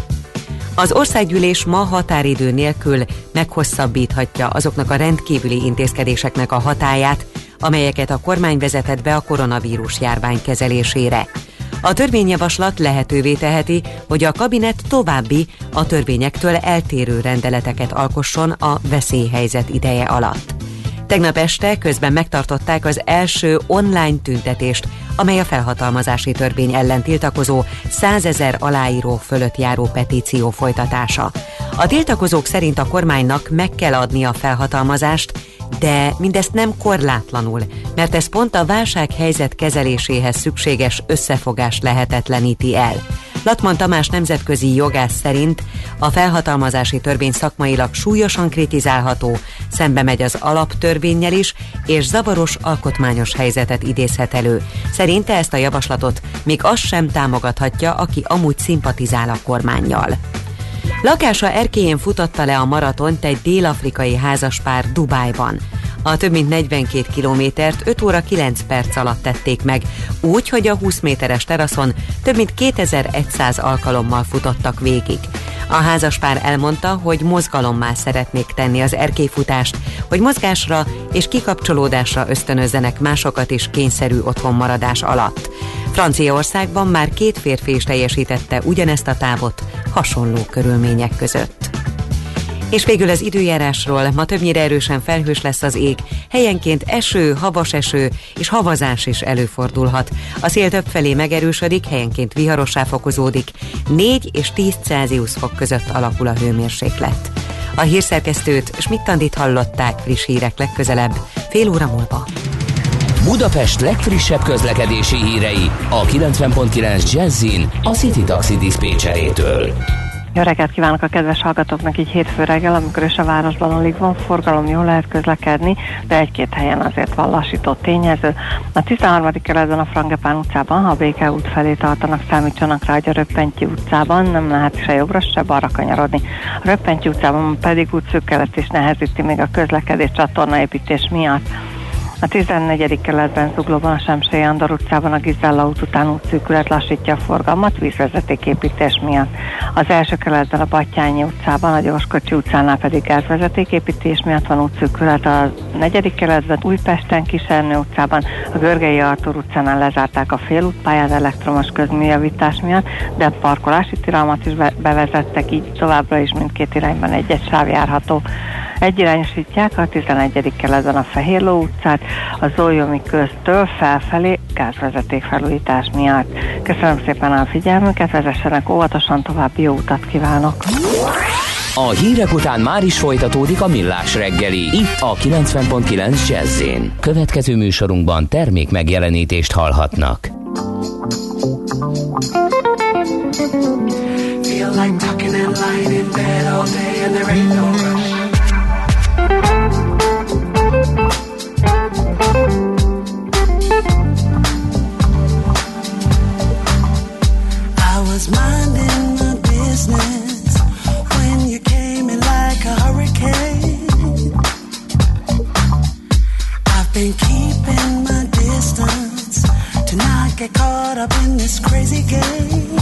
Az országgyűlés ma határidő nélkül meghosszabbíthatja azoknak a rendkívüli intézkedéseknek a hatályát, amelyeket a kormány vezetett be a koronavírus járvány kezelésére. A törvényjavaslat lehetővé teheti, hogy a kabinet további, a törvényektől eltérő rendeleteket alkosson a veszélyhelyzet ideje alatt. Tegnap este közben megtartották az első online tüntetést, amely a felhatalmazási törvény ellen tiltakozó százezer aláíró fölött járó petíció folytatása. A tiltakozók szerint a kormánynak meg kell adni a felhatalmazást, de mindezt nem korlátlanul, mert ez pont a válsághelyzet kezeléséhez szükséges összefogást lehetetleníti el. Latman Tamás nemzetközi jogász szerint a felhatalmazási törvény szakmailag súlyosan kritizálható, szembe megy az alaptörvénnyel is, és zavaros alkotmányos helyzetet idézhet elő. Szerinte ezt a javaslatot még az sem támogathatja, aki amúgy szimpatizál a kormánnyal. Lakása erkélyén futotta le a maratont egy dél-afrikai házaspár Dubájban. A több mint negyvenkét kilométert öt óra kilenc perc alatt tették meg, úgy, hogy a húsz méteres teraszon több mint kétezer-száz alkalommal futottak végig. A házaspár elmondta, hogy mozgalommá szeretnék tenni az erkélyfutást, hogy mozgásra és kikapcsolódásra ösztönözzenek másokat is kényszerű otthonmaradás alatt. Franciaországban már két férfi is teljesítette ugyanezt a távot hasonló körülmények között. És végül az időjárásról, ma többnyire erősen felhős lesz az ég, helyenként eső, havas eső és havazás is előfordulhat. A szél többfelé megerősödik, helyenként viharossá fokozódik, négy és tíz Celsius fok között alakul a hőmérséklet. A hírszerkesztőt, Schmidt-Andit hallották, friss hírek legközelebb, fél óra múlva. Budapest legfrissebb közlekedési hírei a kilencven pont kilenc Jazzin a City Taxi diszpécserétől. Jó reggelt kívánok a kedves hallgatóknak így hétfő reggel, amikor is a városban alig van forgalom, jól lehet közlekedni, de egy-két helyen azért van lassító tényező. A tizenharmadik kerületben a Frangepán utcában, ha a Béke út felé tartanak, számítsanak rá, hogy a Röppenty utcában nem lehet se jobbra, se balra kanyarodni. A Röppenty utcában pedig útszűkkelet is nehezíti még a közlekedés csatornaépítés miatt. A tizennegyedik kerületben Zuglóban a Semsey Andor utcában a Gizella út után útszűkület lassítja a forgalmat vízvezetéképítés miatt. Az első kerületben a Battyányi utcában, a Gyorskocsi utcánál pedig gázvezetéképítés miatt van útszűkület. A negyedik kerületben Újpesten Kisernő utcában, a Görgei Artúr utcánál lezárták a félútpályát elektromos közműjavítás miatt, de a parkolási tilalmat is bevezettek, így továbbra is mindkét irányban egy-egy sáv járható. Egyirányosítják a tizenegyedik kerületben a Fehérló utcát, a Zólyomi köztől felfelé gázvezeték felújítás miatt. Köszönöm szépen a figyelmüket, vezessenek óvatosan tovább, jó utat kívánok! A hírek után már is folytatódik a Millás reggeli, itt a kilencven pont kilenc Jazz-én. Következő műsorunkban termék megjelenítést hallhatnak. Feel like tucking and lying in bed all day and there ain't no rush. I was minding my business when you came in like a hurricane. I've been keeping my distance to not get caught up in this crazy game.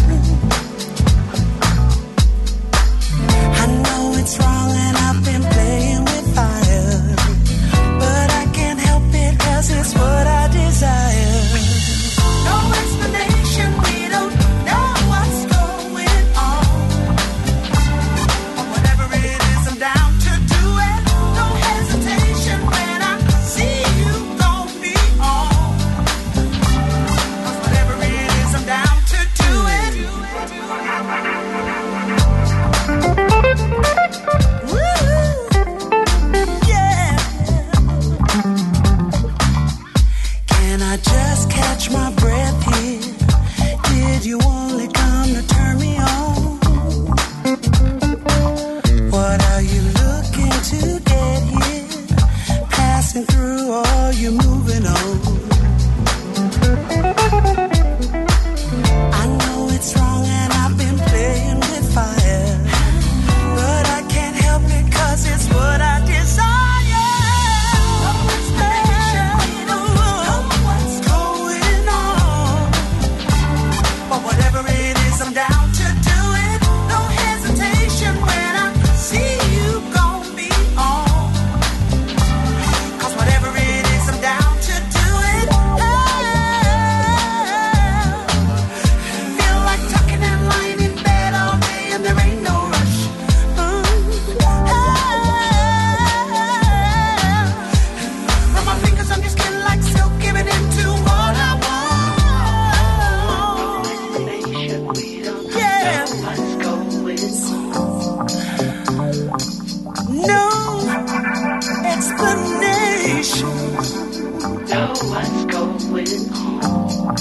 I know it's wrong and I've been playing with fire, but I can't help it 'cause it's what I desire. No explanation, we don't know what's going on, or whatever it is, I'm down to do it. No hesitation when I see you gon' be on, 'cause whatever it is, I'm down to do it. I just catch my breath here. Did you only come to turn me on? What are you looking to get here? Passing through or you moving on? I know it's wrong and I've been playing with fire, but I can't help it 'cause it's what I desire. Whatever it is, I'm down to do it. No hesitation when I see you gon' be on, 'cause whatever it is, I'm down to do it. Feel like tucking and lying in bed all day and there ain't no rush. From my fingers on your skin like silk, giving into what I want. No explanation. Know what's going on.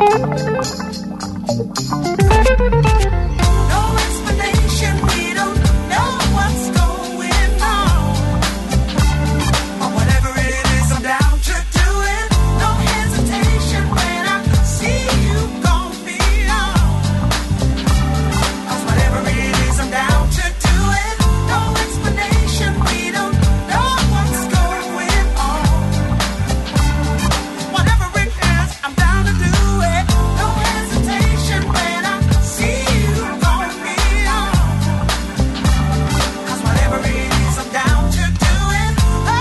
No explanation. We don't know what's going on. Or whatever it is, I'm down to do it. No hesitation when I see you gon' be on. 'Cause whatever it is, I'm down to do it. No explanation. We don't know what's going on. Whatever it is, I'm down to do it. No hesitation when I see you gon' be on. 'Cause whatever it is, I'm down to do it. Oh,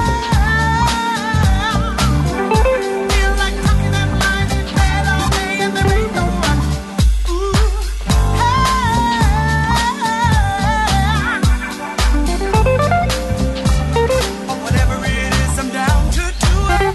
feel like tucking and lying in bed all day and there ain't no rush. Ooh, or whatever it is, I'm down to do it.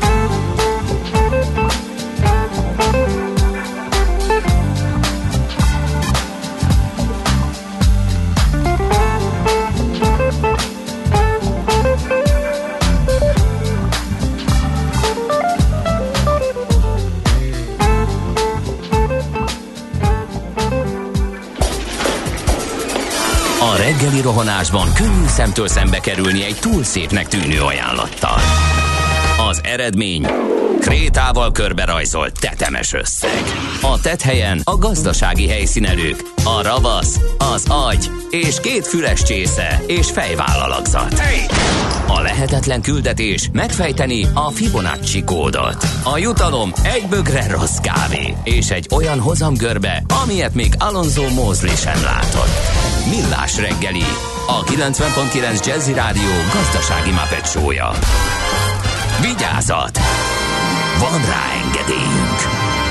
A reggeli rohanásban könnyű szemtől szembe kerülni egy túl szépnek tűnő ajánlattal. Az eredmény krétával körberajzolt tetemes összeg. A tetthelyen a gazdasági helyszínelők, a ravasz, az agy és két füles csésze és fejvállalakzat. A lehetetlen küldetés megfejteni a Fibonacci kódot. A jutalom egy bögre rossz kávé és egy olyan hozamgörbe, amilyet még Alonso Mosley sem látott. Millás reggeli, a kilencven pont kilenc Jazzy Rádió gazdasági Muppet show-ja. Vigyázat! Van rá engedélyünk!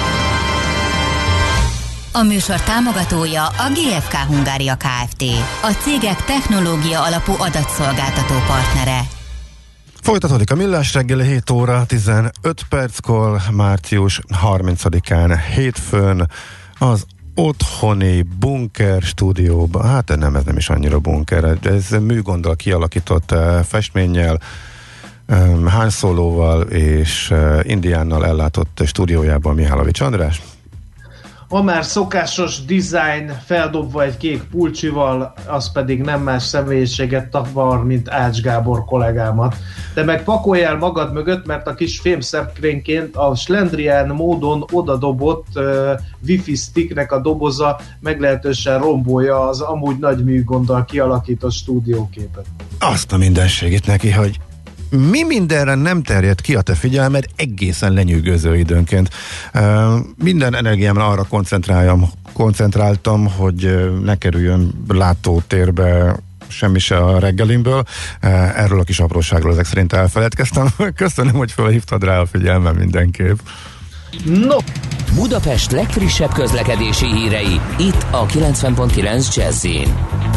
A műsor támogatója a gé ef ká Hungária Kft. A cégek technológia alapú adatszolgáltató partnere. Folytatódik a Millás reggeli, hét óra tizenöt perckor, március harmincadikán hétfőn az otthoni bunker stúdióban, hát nem, ez nem is annyira bunker, ez műgonddal kialakított uh, festménnyel, um, Han Solo-val és uh, Indiánnal ellátott stúdiójában Mihálovics András. A már szokásos design feldobva egy kék pulcsival, az pedig nem más személyiséget tavar, mint Ács Gábor kollégámat. De meg pakoljál magad mögött, mert a kis fémszekrényként a slendrián módon odadobott uh, wifi sticknek a doboza meglehetősen rombolja az amúgy nagy műgonddal kialakított stúdióképet. Azt a mindenségét neki, hogy mi mindenre nem terjed ki a te figyelmed, egészen lenyűgöző időnként. Uh, minden energiámra arra koncentráljam, koncentráltam, hogy ne kerüljön látótérbe semmi se a reggelimből. Uh, erről a kis apróságról ezek szerint elfeledkeztem. Köszönöm, hogy felhívtad rá a figyelmem mindenképp. No! Budapest legfrissebb közlekedési hírei, itt a kilencven pont kilenc Jazz-in.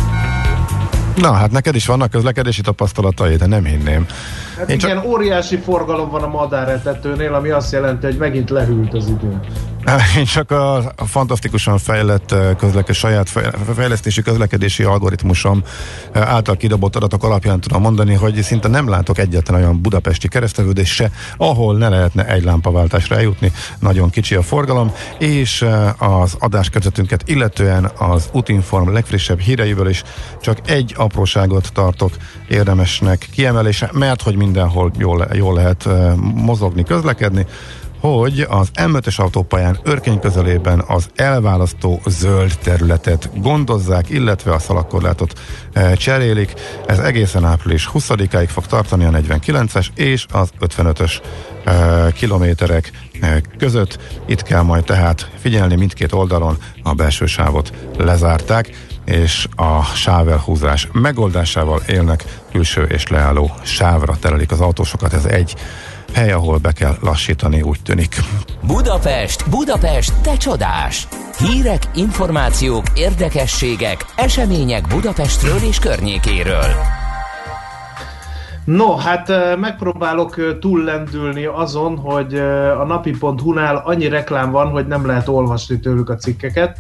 Na, hát neked is vannak közlekedési tapasztalatai, de nem hinném. Hát Én igen, csak... óriási forgalom van a madáretetőnél, ami azt jelenti, hogy megint lehűlt az idő. Én csak a, a fantasztikusan fejlett közleke, saját fejlesztési közlekedési algoritmusom által kidobott adatok alapján tudom mondani, hogy szinte nem látok egyetlen olyan budapesti kereszteződés se, ahol ne lehetne egy lámpaváltásra eljutni. Nagyon kicsi a forgalom, és az adáskezdetünket illetően az Útinform legfrissebb híreiből is csak egy apróságot tartok érdemesnek kiemelése, mert hogy mindenhol jól, jól lehet mozogni, közlekedni, hogy az em ötös autópályán Örkény közelében az elválasztó zöld területet gondozzák, illetve a szalagkorlátot e, cserélik. Ez egészen április huszadikáig fog tartani a negyvenkilences és az ötvenötös e, kilométerek e, között. Itt kell majd tehát figyelni, mindkét oldalon a belső sávot lezárták, és a sávelhúzás megoldásával élnek, külső és leálló sávra terelik az autósokat. Ez egy hely, ahol be kell lassítani, úgy tűnik. Budapest, Budapest, te csodás! Hírek, információk, érdekességek, események Budapestről és környékéről. No, hát megpróbálok túllendülni azon, hogy a napi pont hu-nál annyi reklám van, hogy nem lehet olvasni tőlük a cikkeket.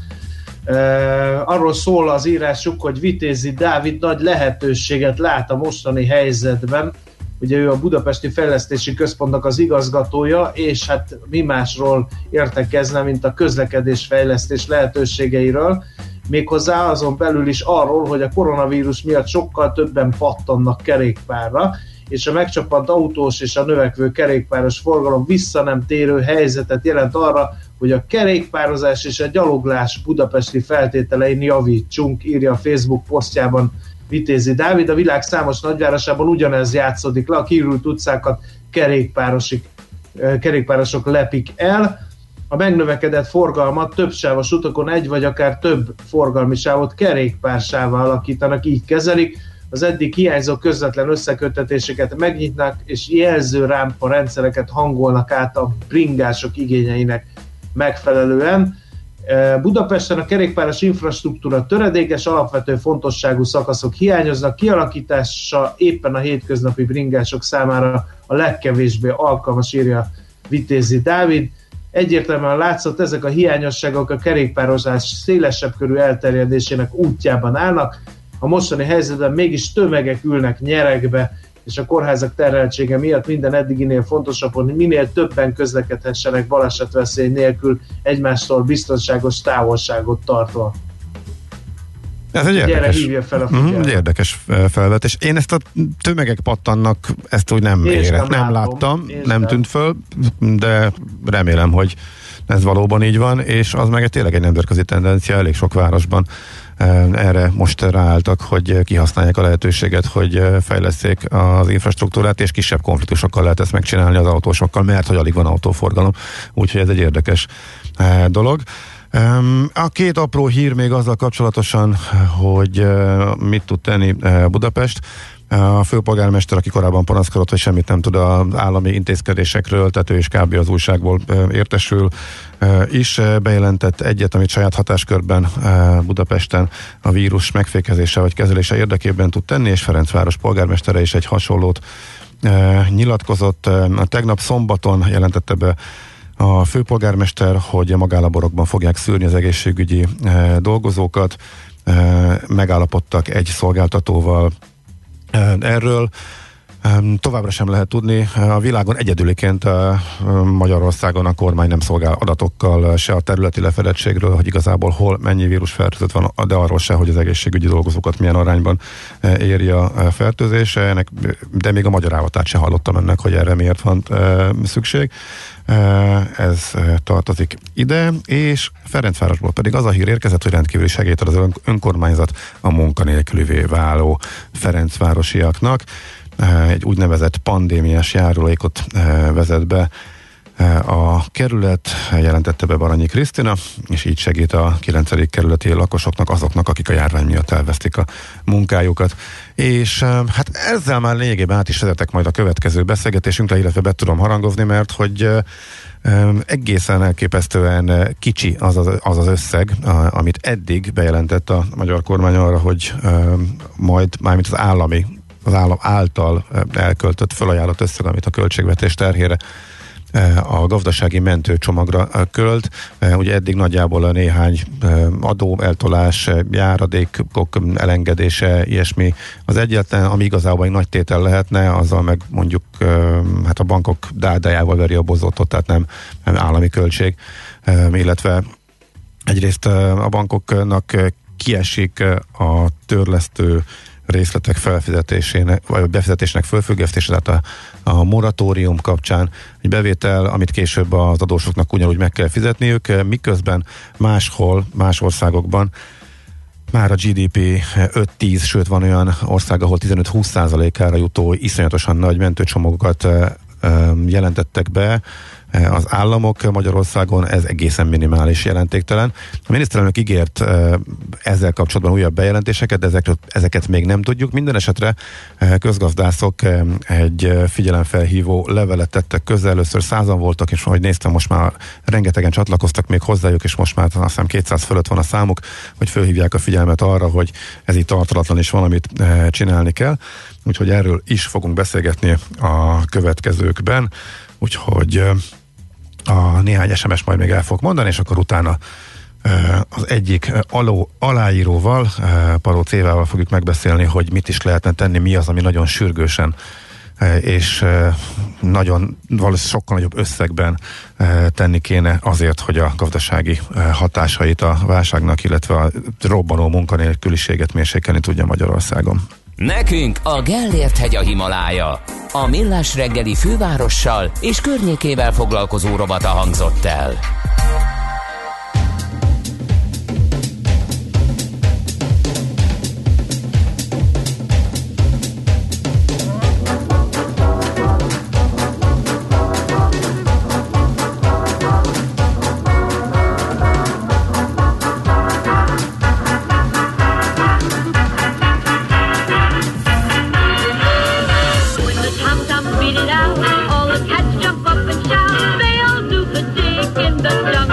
Arról szól az írásuk, hogy Vitézi Dávid nagy lehetőséget lát a mostani helyzetben. Ugye ő a Budapesti Fejlesztési Központnak az igazgatója, és hát mi másról értekezne, mint a közlekedésfejlesztés lehetőségeiről, méghozzá azon belül is arról, hogy a koronavírus miatt sokkal többen pattannak kerékpárra, és a megcsapant autós és a növekvő kerékpáros forgalom vissza nem térő helyzetet jelent arra, hogy a kerékpározás és a gyaloglás budapesti feltételein javítsunk, írja a Facebook posztjában Vitézi Dávid. A világ számos nagyvárosában ugyanez játszódik le, a kiürült utcákat kerékpárosik, kerékpárosok lepik el. A megnövekedett forgalmat többsávos utakon egy vagy akár több forgalmi sávot kerékpársává alakítanak, így kezelik. Az eddig hiányzó közvetlen összeköttetéseket megnyitnak, és jelző rámpa rendszereket hangolnak át a bringások igényeinek megfelelően. Budapesten a kerékpáros infrastruktúra töredékes, alapvető fontosságú szakaszok hiányoznak, kialakítása éppen a hétköznapi bringások számára a legkevésbé alkalmas, írja Vitézi Dávid. Egyértelműen látszott, ezek a hiányosságok a kerékpározás szélesebb körű elterjedésének útjában állnak. A mostani helyzetben mégis tömegek ülnek nyeregbe, és a kórházak terheltsége miatt minden eddiginél fontosabb, hogy minél többen közlekedhessenek balesetveszély nélkül, egymástól biztonságos távolságot tartva. Ez egy érdekes, hívja fel a figyelmet. Mm, egy érdekes felvetés. Én ezt a tömegek pattannak, ezt úgy nem érek, nem, nem láttam, Én nem tűnt föl, de remélem, hogy ez valóban így van, és az meg egy tényleg egy nemzetközi tendencia, elég sok városban erre most ráálltak, hogy kihasználják a lehetőséget, hogy fejleszték az infrastruktúrát, és kisebb konfliktusokkal lehet ezt megcsinálni az autósokkal, mert hogy alig van autóforgalom, úgyhogy ez egy érdekes dolog. A két apró hír még azzal kapcsolatosan, hogy mit tud tenni Budapest. A főpolgármester, aki korábban panaszkodott, hogy semmit nem tud az állami intézkedésekről, tehát ő is kb. Az újságból értesül, is bejelentett egyet, amit saját hatáskörben Budapesten a vírus megfékezése vagy kezelése érdekében tud tenni, és Ferencváros polgármestere is egy hasonlót e, nyilatkozott. A tegnap szombaton jelentette be a főpolgármester, hogy a magállaborokban fogják szűrni az egészségügyi e, dolgozókat. E, megállapodtak egy szolgáltatóval e, erről. Továbbra sem lehet tudni. A világon egyedüliként Magyarországon a kormány nem szolgál adatokkal se a területi lefedettségről, hogy igazából hol mennyi vírusfertőzött van, de arról se, hogy az egészségügyi dolgozókat milyen arányban éri a fertőzés. De még a magyar ávatát se hallottam ennek, hogy erre miért van szükség. Ez tartozik ide, és Ferencvárosból pedig az a hír érkezett, hogy rendkívüli segélyt ad az önkormányzat a munkanélkülivé váló ferencvárosiaknak. Egy úgynevezett pandémiás járulékot vezet be a kerület, jelentette be Baranyi Krisztina, és így segít a kilencedik kerületi lakosoknak, azoknak, akik a járvány miatt elvesztik a munkájukat. És hát ezzel már lényegében át is vezetek majd a következő beszélgetésünkre, illetve be tudom harangozni, mert hogy egészen elképesztően kicsi az az, az, az összeg, amit eddig bejelentett a magyar kormány arra, hogy majd mármint az állami az állam által elköltött, felajánlott összeg, amit a költségvetés terhére a gazdasági mentőcsomagra költ. Ugye eddig nagyjából a néhány adó eltolás, járadékok elengedése, ilyesmi az egyetlen, ami igazából egy nagy tétel lehetne, azzal meg mondjuk hát a bankok dádájával veri a bozótot, tehát nem, nem állami költség, illetve egyrészt a bankoknak kiesik a törlesztő részletek felfizetésének, vagy befizetésének fölfüggesztése, tehát a, a moratórium kapcsán egy bevétel, amit később az adósoknak ugyanúgy meg kell fizetniük, miközben máshol, más országokban már a gé dé pé öt-tíz, sőt van olyan ország, ahol tizenöt-húsz százalékára jutó iszonyatosan nagy mentőcsomagokat jelentettek be az államok. Magyarországon ez egészen minimális, jelentéktelen. A miniszterelnök ígért ezzel kapcsolatban újabb bejelentéseket, de ezeket, ezeket még nem tudjuk. Minden esetre közgazdászok egy figyelemfelhívó levelet tettek közzel. Először százan voltak, és ahogy néztem, most már rengetegen csatlakoztak még hozzájuk, és most már azt hiszem kétszáz fölött van a számuk, hogy fölhívják a figyelmet arra, hogy ez itt tartalatlan, és valamit csinálni kell. Úgyhogy erről is fogunk beszélgetni a következőkben. Úgyhogy a néhány es em es majd még el fog mondani, és akkor utána az egyik aló, aláíróval, Palóc Évával fogjuk megbeszélni, hogy mit is lehetne tenni, mi az, ami nagyon sürgősen és nagyon valószínűleg sokkal nagyobb összegben tenni kéne azért, hogy a gazdasági hatásait a válságnak, illetve a robbanó munkanélküliséget mérsékelni tudja Magyarországon. Nekünk a Gellért hegy a Himalája. A Millás reggeli fővárossal és környékével foglalkozó rovata hangzott el. All the cats jump up and shout. They all do the dig in the jungle.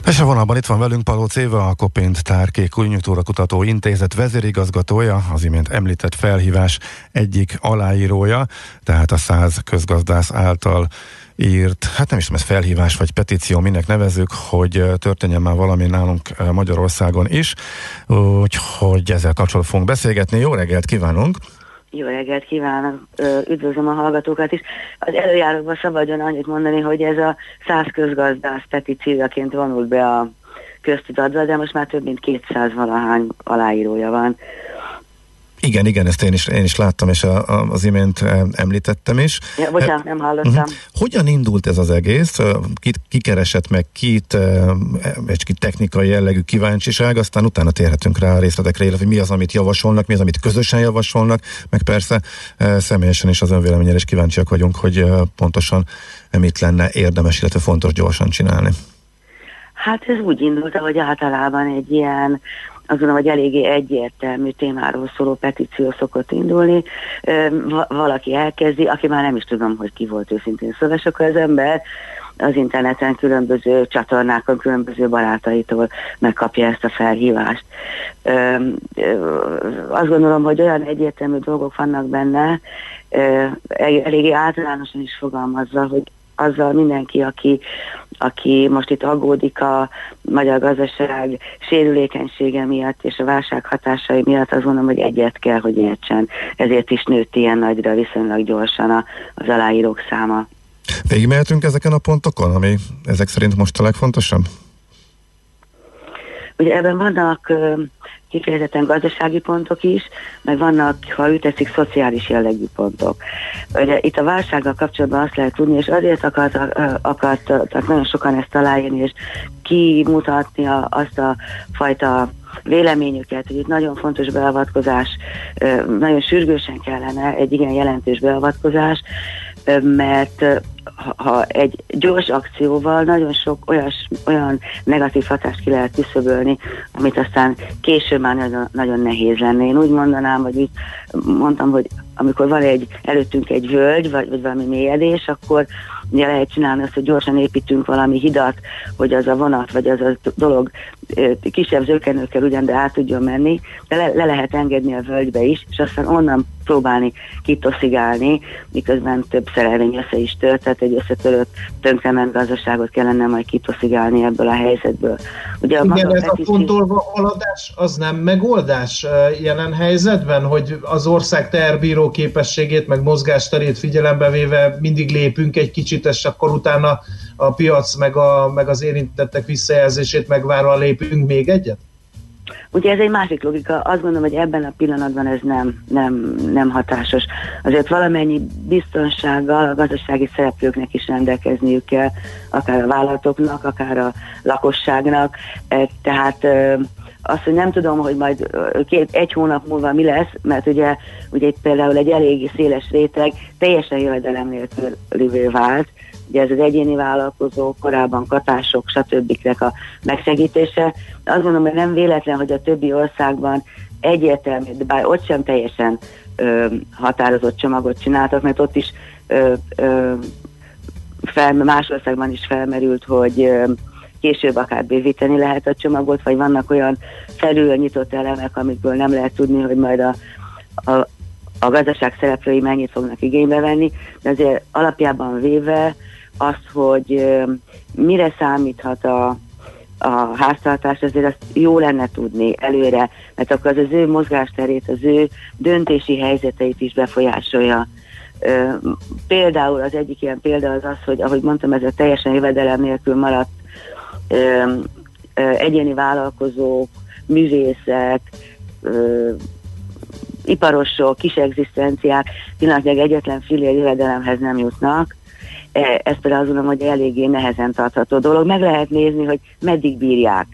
És a vonalban itt van velünk Palóc Éva, a Kopint Tárkék Konjunktúra Kutató Intézet vezérigazgatója, az imént említett felhívás egyik aláírója, tehát a száz közgazdász által írt, hát nem is tudom, ez felhívás vagy petíció, minek nevezzük, hogy történjen már valami nálunk Magyarországon is, úgyhogy ezzel kapcsolatban fogunk beszélgetni. Jó reggelt kívánunk! Jó reggelt kívánok, üdvözlöm a hallgatókat is. Az előjárókban szabadjon annyit mondani, hogy ez a száz közgazdász petíciójaként vonult be a köztudatba, de most már több mint kétszáz valahány aláírója van. Igen, igen, ezt én is, én is láttam, és a, a, az imént említettem is. Ja, bocsánat, nem hallottam. Uh-huh. Hogyan indult ez az egész? Kit, ki keresett meg kit, egy kit technikai jellegű kíváncsiság, aztán utána térhetünk rá a részletekre, illetve mi az, amit javasolnak, mi az, amit közösen javasolnak, meg persze személyesen is az önvéleményére is kíváncsiak vagyunk, hogy pontosan mit lenne érdemes, illetve fontos gyorsan csinálni. Hát ez úgy indult, hogy általában egy ilyen, azt gondolom, hogy eléggé egyértelmű témáról szóló petíció szokott indulni. Valaki elkezdi, aki már nem is tudom, hogy ki volt őszintén. Szóval akkor az ember az interneten különböző csatornákon, különböző barátaitól megkapja ezt a felhívást. Azt gondolom, hogy olyan egyértelmű dolgok vannak benne, eléggé általánosan is fogalmazza, hogy azzal mindenki, aki, aki most itt aggódik a magyar gazdaság sérülékenysége miatt és a válság hatásai miatt, azt mondom, hogy egyet kell, hogy értsen. Ezért is nőtt ilyen nagyra viszonylag gyorsan a, az aláírók száma. Végigmehetünk ezeken a pontokon, ami ezek szerint most a legfontosabb? Ugye ebben vannak kifejezetten gazdasági pontok is, meg vannak, ha úgy tetszik, szociális jellegű pontok. Ugye itt a válsággal kapcsolatban azt lehet tudni, és azért akartak, akartak nagyon sokan ezt aláírni, és kimutatni a, azt a fajta véleményüket, hogy itt nagyon fontos beavatkozás, nagyon sürgősen kellene egy igen jelentős beavatkozás, mert ha egy gyors akcióval nagyon sok olyas, olyan negatív hatást ki lehet küszöbölni, amit aztán később már nagyon, nagyon nehéz lenne. Én úgy mondanám, vagy úgy mondtam, hogy amikor van egy, előttünk egy völgy, vagy, vagy valami mélyedés, akkor ugye lehet csinálni azt, hogy gyorsan építünk valami hidat, hogy az a vonat, vagy az a dolog kisebb zökkenőkkel ugyan, de át tudjon menni, de le, le lehet engedni a völgybe is, és aztán onnan próbálni kitoszigálni, miközben több szerelvény össze is tört, tehát egy összetörött, tönkrement gazdaságot kellene majd kitoszigálni ebből a helyzetből. Ugye a igen, ez a petíció... fontolva haladás, az nem megoldás jelen helyzetben, hogy az ország teherbíró képességét, meg mozgásterét figyelembe véve mindig lépünk egy kicsit, és akkor utána a piac, meg, a, meg az érintettek visszajelzését megvárva lépünk még egyet? Ugye ez egy másik logika, azt gondolom, hogy ebben a pillanatban ez nem, nem, nem hatásos. Azért valamennyi biztonsággal a gazdasági szereplőknek is rendelkezniük kell, akár a vállalatoknak, akár a lakosságnak, tehát azt, hogy nem tudom, hogy majd két, egy hónap múlva mi lesz, mert ugye, ugye itt például egy eléggé széles réteg teljesen jövedelem nélkülivé vált, ugye ez az egyéni vállalkozók, korábban katások, stb. A megsegítése. Azt gondolom, hogy nem véletlen, hogy a többi országban egyértelmű, de bár ott sem teljesen ö, határozott csomagot csináltak, mert ott is ö, ö, fel, más országban is felmerült, hogy ö, később akár bővíteni lehet a csomagot, vagy vannak olyan felül nyitott elemek, amikből nem lehet tudni, hogy majd a, a, a gazdaság szereplői mennyit fognak igénybe venni, de azért alapjában véve azt, hogy ö, mire számíthat a, a háztartás, azért azt jó lenne tudni előre, mert akkor az az ő mozgásterét, az ő döntési helyzeteit is befolyásolja. Ö, például az egyik ilyen példa az az, hogy ahogy mondtam, ez a teljesen jövedelem nélkül maradt ö, ö, egyéni vállalkozók, művészek, ö, iparosok, kis egzisztenciák pillanatnyilag egyetlen fillér jövedelemhez nem jutnak. Ez például azt mondom, hogy eléggé nehezen tartható dolog. Meg lehet nézni, hogy meddig bírják.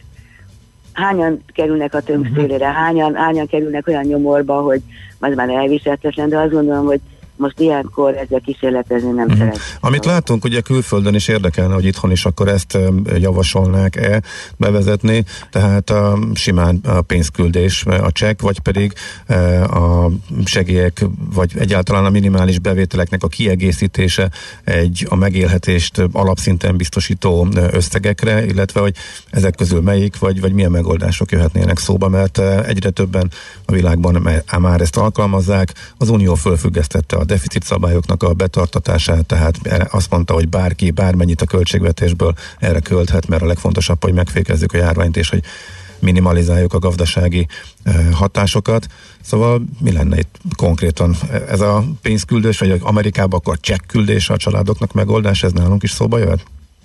Hányan kerülnek a tönk szélére, hányan, hányan kerülnek olyan nyomorba, hogy az már elviselhetetlen, de azt gondolom, hogy most ilyenkor ezzel kísérletezni nem mm. szeret. Amit látunk, ugye külföldön is érdekelne, hogy itthon is akkor ezt javasolnák-e bevezetni, tehát a simán a pénzküldés, a csekk, vagy pedig a segélyek, vagy egyáltalán a minimális bevételeknek a kiegészítése egy a megélhetést alapszinten biztosító összegekre, illetve hogy ezek közül melyik, vagy, vagy milyen megoldások jöhetnének szóba, mert egyre többen a világban már ezt alkalmazzák. Az Unió fölfüggesztette a deficit szabályoknak a betartatását, tehát azt mondta, hogy bárki bármennyit a költségvetésből erre költhet, mert a legfontosabb, hogy megfékezzük a járványt, és hogy minimalizáljuk a gazdasági hatásokat. Szóval mi lenne itt konkrétan? Ez a pénzküldés, vagy Amerikában akkor csekküldés a családoknak megoldás, ez nálunk is szóba jöhet?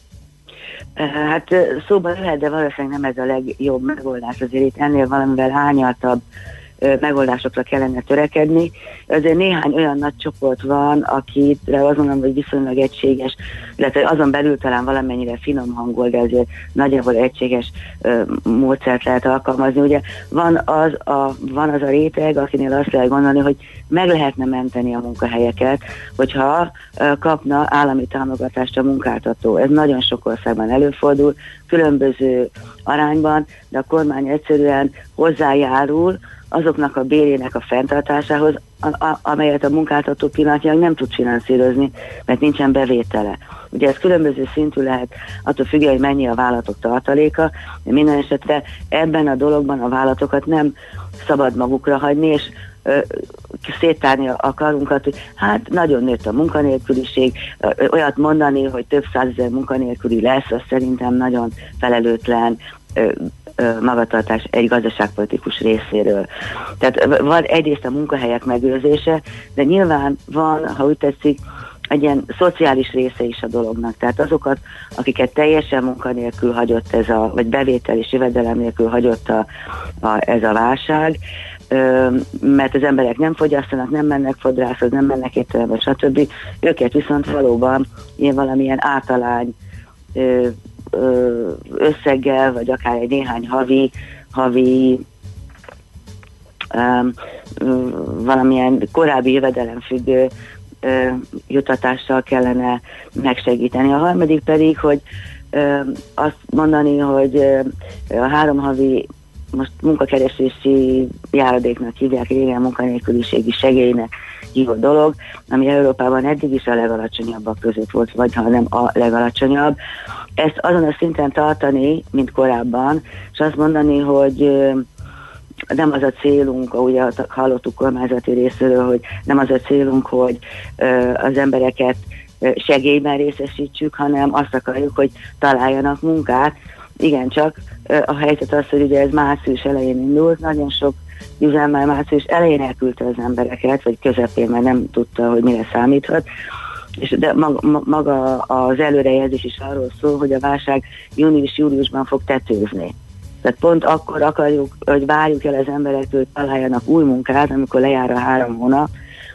Hát szóba jöhet, de valószínűleg nem ez a legjobb megoldás. Azért itt ennél valamivel árnyaltabb megoldásokra kellene törekedni. Azért néhány olyan nagy csoport van, akire azt mondom, hogy viszonylag egységes, illetve azon belül talán valamennyire finom hangol, de azért nagyjából egységes ö, módszert lehet alkalmazni. Ugye van az, a, van az a réteg, akinél azt lehet gondolni, hogy meg lehetne menteni a munkahelyeket, hogyha ö, kapna állami támogatást a munkáltató. Ez nagyon sok országban előfordul, különböző arányban, de a kormány egyszerűen hozzájárul azoknak a bérének a fenntartásához, a, a, amelyet a munkáltató pillanatnyilag nem tud finanszírozni, mert nincsen bevétele. Ugye ez különböző szintű lehet, attól függően, hogy mennyi a vállalatok tartaléka, de minden esetre ebben a dologban a vállalatokat nem szabad magukra hagyni, és ö, széttárni a karunkat, hogy hát nagyon nőtt a munkanélküliség, ö, olyat mondani, hogy több százezer munkanélküli lesz, az szerintem nagyon felelőtlen ö, magatartás egy gazdaságpolitikus részéről. Tehát van egyrészt a munkahelyek megőrzése, de nyilván van, ha úgy tetszik, egy ilyen szociális része is a dolognak. Tehát azokat, akiket teljesen munkanélkül hagyott ez a, vagy bevétel és jövedelem nélkül hagyott a, a, ez a válság, ö, mert az emberek nem fogyasztanak, nem mennek fodrászhoz, nem mennek étterembe, stb. Őket viszont valóban ilyen valamilyen általány ö, összeggel, vagy akár egy néhány havi, havi um, valamilyen korábbi jövedelemfüggő uh, jutatással kellene megsegíteni. A harmadik pedig, hogy uh, azt mondani, hogy uh, a három havi most munkakeresési járadéknak hívják, régen munkanélküliségi segélynek hívott dolog, ami Európában eddig is a legalacsonyabbak között volt, vagy ha nem a legalacsonyabb. Ezt azon a szinten tartani, mint korábban, és azt mondani, hogy nem az a célunk, ahogy hallottuk kormányzati részéről, hogy nem az a célunk, hogy az embereket segélyben részesítsük, hanem azt akarjuk, hogy találjanak munkát. Igen, csak a helyzet az, hogy ugye ez március elején indult, nagyon sok üzem már március elején elküldte az embereket, vagy közepén, mert nem tudta, hogy mire számíthat. És de maga, maga az előrejelzés is arról szól, hogy a válság június-júliusban fog tetőzni. Tehát pont akkor akarjuk, hogy várjuk el az emberektől, hogy találjanak új munkát, amikor lejár a három hónap,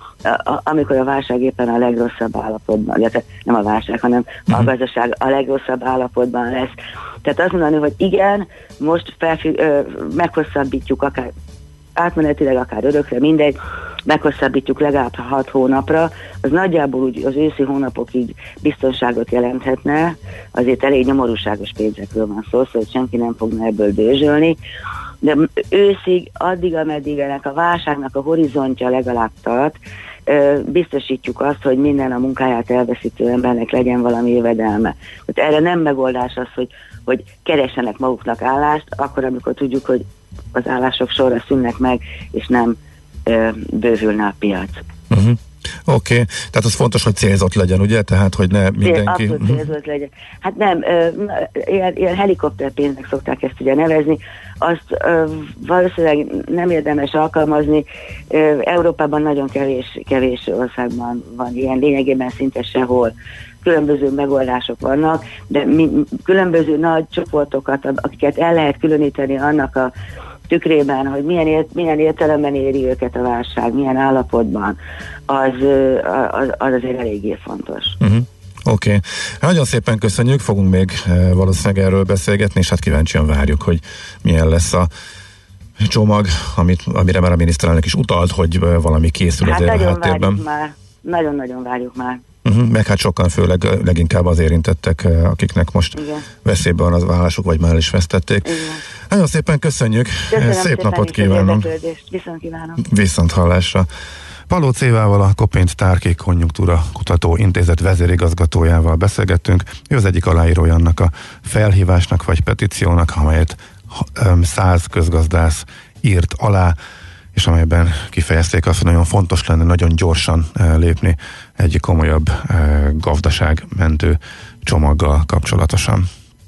amikor a válság éppen a legrosszabb állapotban, illetve nem a válság, hanem a gazdaság a legrosszabb állapotban lesz. Tehát azt mondani, hogy igen, most felfü- ö, meghosszabbítjuk akár átmenetileg, akár örökre, mindegy, meghosszabbítjuk legalább hat hónapra, az nagyjából úgy az őszi hónapokig biztonságot jelenthetne, azért elég nyomorúságos pénzekről van szó, szóval senki nem fogna ebből dőzsölni, de őszig, addig, ameddig ennek a válságnak a horizontja legalább tart, biztosítjuk azt, hogy minden a munkáját elveszítő embernek legyen valami jövedelme. Tehát erre nem megoldás az, hogy, hogy keressenek maguknak állást, akkor, amikor tudjuk, hogy az állások sorra szűnnek meg, és nem ö, bővülne a piac. Uh-huh. Oké, okay. Tehát az fontos, hogy célzott legyen, ugye? Tehát, hogy ne mindenki... Abszolút célzott legyen. Hát nem, ö, ilyen, ilyen helikopterpénznek szokták ezt ugye nevezni, azt ö, valószínűleg nem érdemes alkalmazni. Ö, Európában nagyon kevés, kevés országban van ilyen, lényegében szinte sehol. Különböző megoldások vannak, de mi, különböző nagy csoportokat, akiket el lehet különíteni annak a tükrében, hogy milyen, ért, milyen értelemben éri őket a válság, milyen állapotban, az, az, az azért eléggé fontos. Uh-huh. Oké. Okay. Nagyon szépen köszönjük, fogunk még valószínűleg erről beszélgetni, és hát kíváncsian várjuk, hogy milyen lesz a csomag, amit, amire már a miniszterelnök is utalt, hogy valami készül hát azért a háttérben. háttérben. Már. nagyon-nagyon várjuk már. Uh-huh, meg hát sokan, főleg leginkább az érintettek, akiknek most igen. veszélyben van az vállásuk, vagy már is vesztették. Igen. Nagyon szépen köszönjük, Köszönöm szép szépen napot kívánom. Viszont kívánom. Viszont hallásra. Palóc Évával, a Kopint Tárkék Konjunktúra Kutató Intézet vezérigazgatójával beszélgettünk. Ő az egyik aláírója annak a felhívásnak vagy petíciónak, amelyet száz közgazdász írt alá, és amelyben kifejezték azt, hogy nagyon fontos lenne nagyon gyorsan lépni egy komolyabb gazdaságmentő csomaggal kapcsolatosan.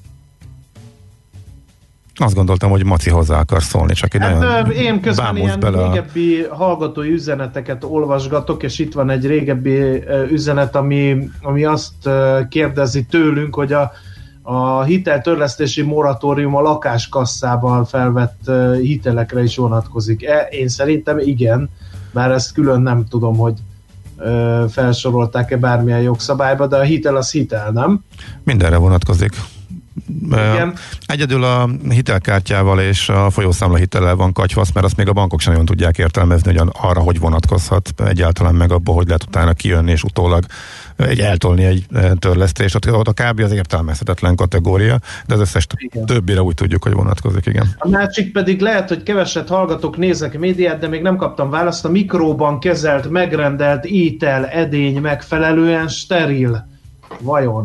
Azt gondoltam, hogy Maci hozzá akar szólni, csak hát, nagyon én közben ilyen bele régebbi hallgatói üzeneteket olvasgatok, és itt van egy régebbi üzenet, ami, ami azt kérdezi tőlünk, hogy a, a hiteltörlesztési moratórium a lakáskasszában felvett hitelekre is vonatkozik-e? Én szerintem igen, bár ezt külön nem tudom, hogy felsorolták-e bármilyen jogszabályba, de a hitel az hitel, nem? Mindenre vonatkozik. Igen. Egyedül a hitelkártyával és a folyószámla hitellel van katyvasz, mert azt még a bankok sem nagyon tudják értelmezni, hogy arra hogy vonatkozhat egyáltalán, meg abból, hogy lehet utána kijönni és utólag egy eltolni egy törlesztést. Ott a kb. Az értelmezhetetlen kategória, de az összes igen. többire úgy tudjuk, hogy vonatkozik, igen. A másik pedig lehet, hogy keveset hallgatok, nézek médiát, de még nem kaptam választ. A mikróban kezelt, megrendelt étel, edény megfelelően steril. Vajon?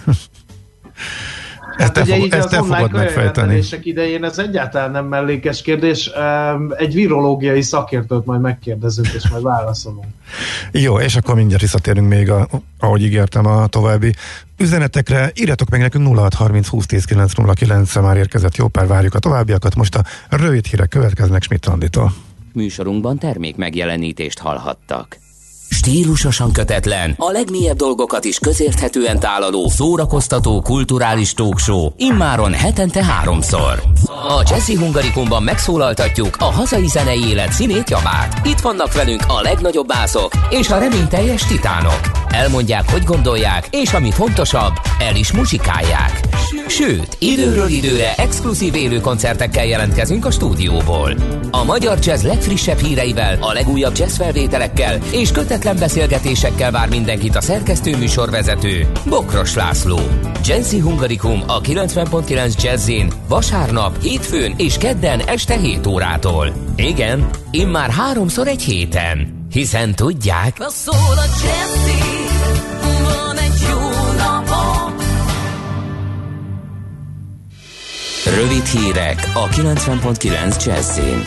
Hát ezt ugye te, így ezt az te online fogod megfejteni. idején ez egyáltalán nem mellékes kérdés. Egy virológiai szakértőt majd megkérdezünk, és majd válaszolunk. Jó, és akkor mindjárt visszatérünk még, a, ahogy ígértem, a további üzenetekre. Írjatok meg nekünk nulla hat harminc húsz tíz kilenc nulla kilenc, már érkezett jó pár, várjuk a továbbiakat. Most a rövid hírek következnek Schmidt Anditól. Műsorunkban termék megjelenítést hallhattak. Stílusosan kötetlen, a legmélyebb dolgokat is közérthetően tálaló, szórakoztató, kulturális talkshow, immáron hetente háromszor. A Jazzy Hungarikumban megszólaltatjuk a hazai zenei élet színét, javát. Itt vannak velünk a legnagyobb bászok és a reményteljes titánok. Elmondják, hogy gondolják, és ami fontosabb, el is muzsikálják. Sőt, időről időre exkluzív élő koncertekkel jelentkezünk a stúdióból. A magyar jazz legfrissebb híreivel, a legújabb jazz felvételekkel és kötetlen beszélgetésekkel vár mindenkit a szerkesztő műsorvezető, Bokros László. Jazzy Hungarikum a kilencven pont kilenc Jazzin vasárnap, hétfőn és kedden este hét órától. Igen, immár háromszor egy héten. Hiszen tudják... Na szól a Jazzy, van egy jó napom. Rövid hírek a kilencven pont kilenc Jazzin.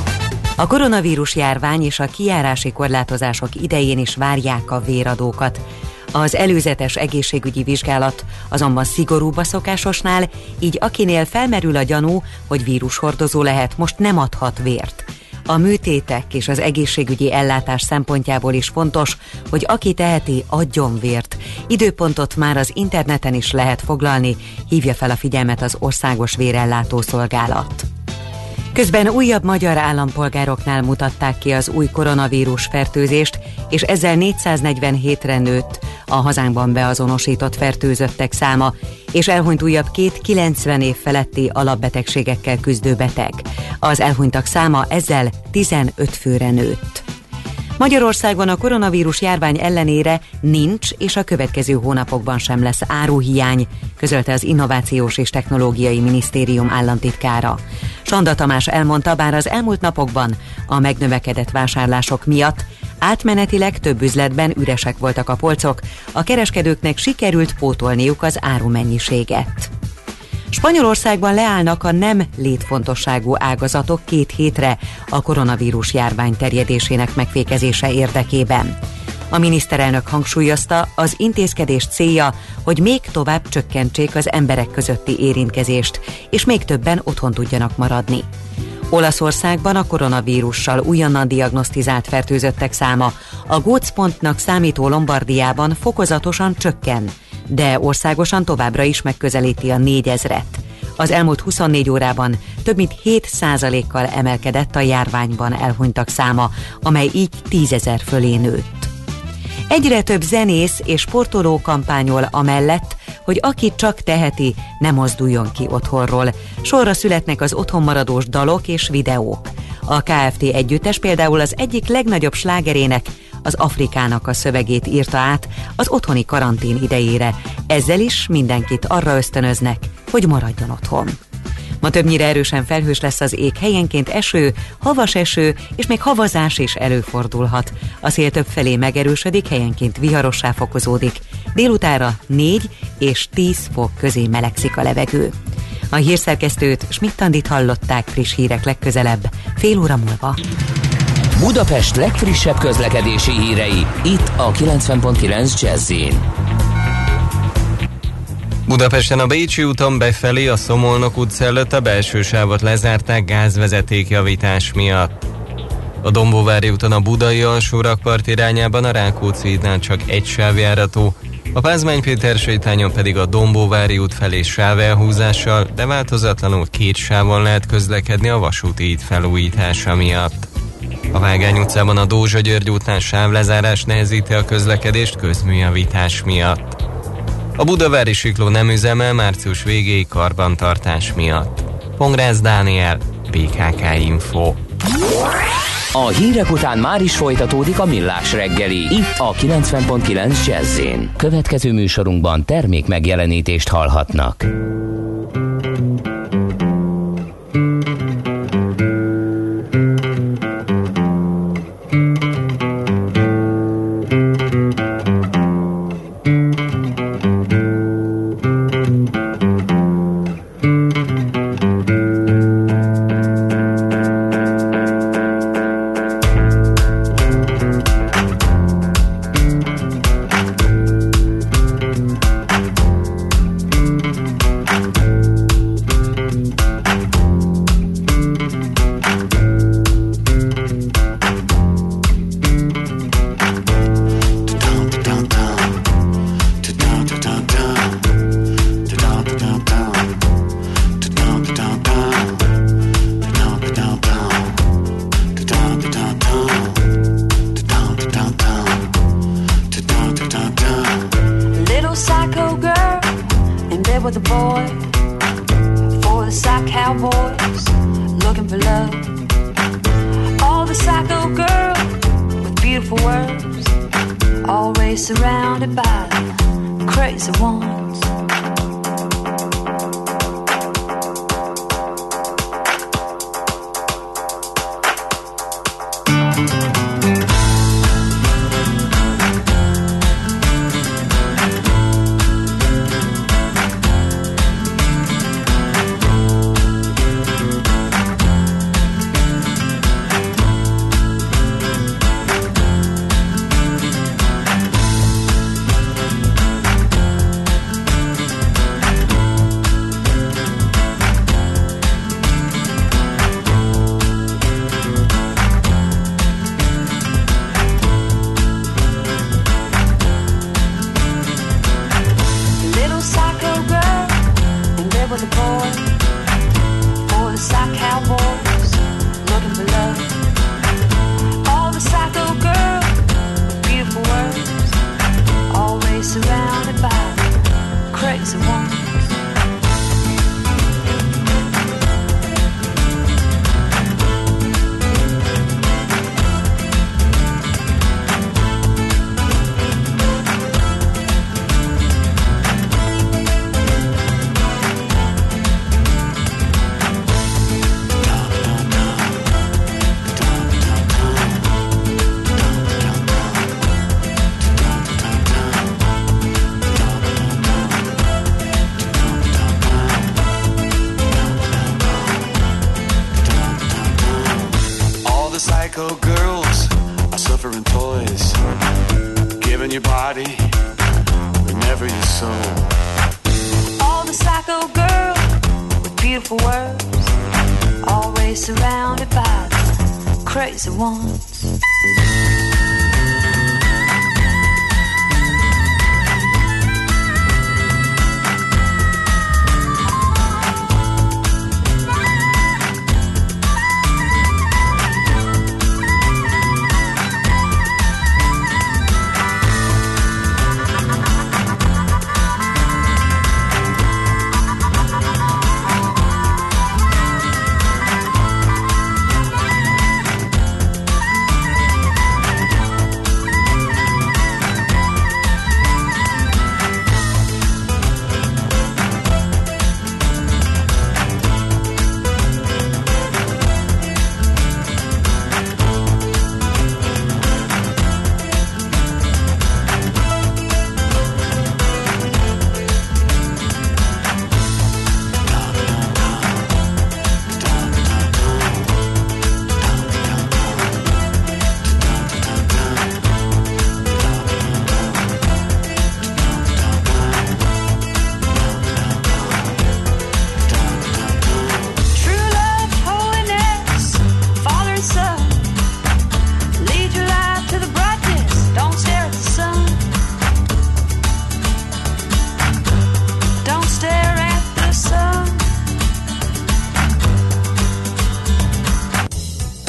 A koronavírus járvány és a kijárási korlátozások idején is várják a véradókat. Az előzetes egészségügyi vizsgálat azonban szigorúbb a szokásosnál, így akinél felmerül a gyanú, hogy vírushordozó lehet, most nem adhat vért. A műtétek és az egészségügyi ellátás szempontjából is fontos, hogy aki teheti, adjon vért. Időpontot már az interneten is lehet foglalni, hívja fel a figyelmet az Országos Vérellátó Szolgálat. Közben újabb magyar állampolgároknál mutatták ki az új koronavírus fertőzést, és ezzel négyszáznegyvenhétre nőtt a hazánkban beazonosított fertőzöttek száma, és elhunyt újabb két kilencven év feletti alapbetegségekkel küzdő beteg. Az elhunytak száma ezzel tizenöt főre nőtt. Magyarországon a koronavírus járvány ellenére nincs, és a következő hónapokban sem lesz áruhiány, közölte az Innovációs és Technológiai Minisztérium államtitkára. Sanda Tamás elmondta, bár az elmúlt napokban a megnövekedett vásárlások miatt átmenetileg több üzletben üresek voltak a polcok, a kereskedőknek sikerült pótolniuk az árumennyiséget. Spanyolországban leállnak a nem létfontosságú ágazatok két hétre a koronavírus járvány terjedésének megfékezése érdekében. A miniszterelnök hangsúlyozta, az intézkedés célja, hogy még tovább csökkentsék az emberek közötti érintkezést, és még többen otthon tudjanak maradni. Olaszországban a koronavírussal újonnan diagnosztizált fertőzöttek száma a gócpontnak számító Lombardiában fokozatosan csökken, de országosan továbbra is megközelíti a négyezret. Az elmúlt huszonnégy órában több mint hét százalékkal emelkedett a járványban elhunytak száma, amely így tízezer fölé nőtt. Egyre több zenész és sportoló kampányol amellett, hogy aki csak teheti, ne mozduljon ki otthonról. Sorra születnek az otthonmaradós dalok és videók. A Kft. Együttes például az egyik legnagyobb slágerének, az Afrikának a szövegét írta át az otthoni karantén idejére. Ezzel is mindenkit arra ösztönöznek, hogy maradjon otthon. Ma többnyire erősen felhős lesz az ég, helyenként eső, havas eső és még havazás is előfordulhat. A szél többfelé megerősödik, helyenként viharossá fokozódik. Délutánra négy és tíz fok közé melegszik a levegő. A hírszerkesztőt, Schmidt-Andit hallották, friss hírek legközelebb, fél óra múlva. Budapest legfrissebb közlekedési hírei, itt a kilencven pont kilenc Jazz-in. Budapesten a Bécsi úton befelé a Szomolnok utca előtt a belső sávot lezárták gázvezetékjavítás miatt. A Dombóvári úton a Budai Alsórakpart irányában a Rákóczi hídnál csak egy sáv járható, a Pázmány Péter sétányon pedig a Dombóvári út felé sávelhúzással, de változatlanul két sávon lehet közlekedni a Vasúti híd felújítása miatt. A Vágány utcában a Dózsa György útnál sávlezárás nehezíti a közlekedést közműjavítás miatt. A budavári sikló nem üzemel március végéig karbantartás miatt. Pongrász Dániel, bé ká ká Info. A hírek után már is folytatódik a Millás reggeli, itt a kilencven pont kilenc Jazz-in. Következő műsorunkban termék megjelenítést hallhatnak.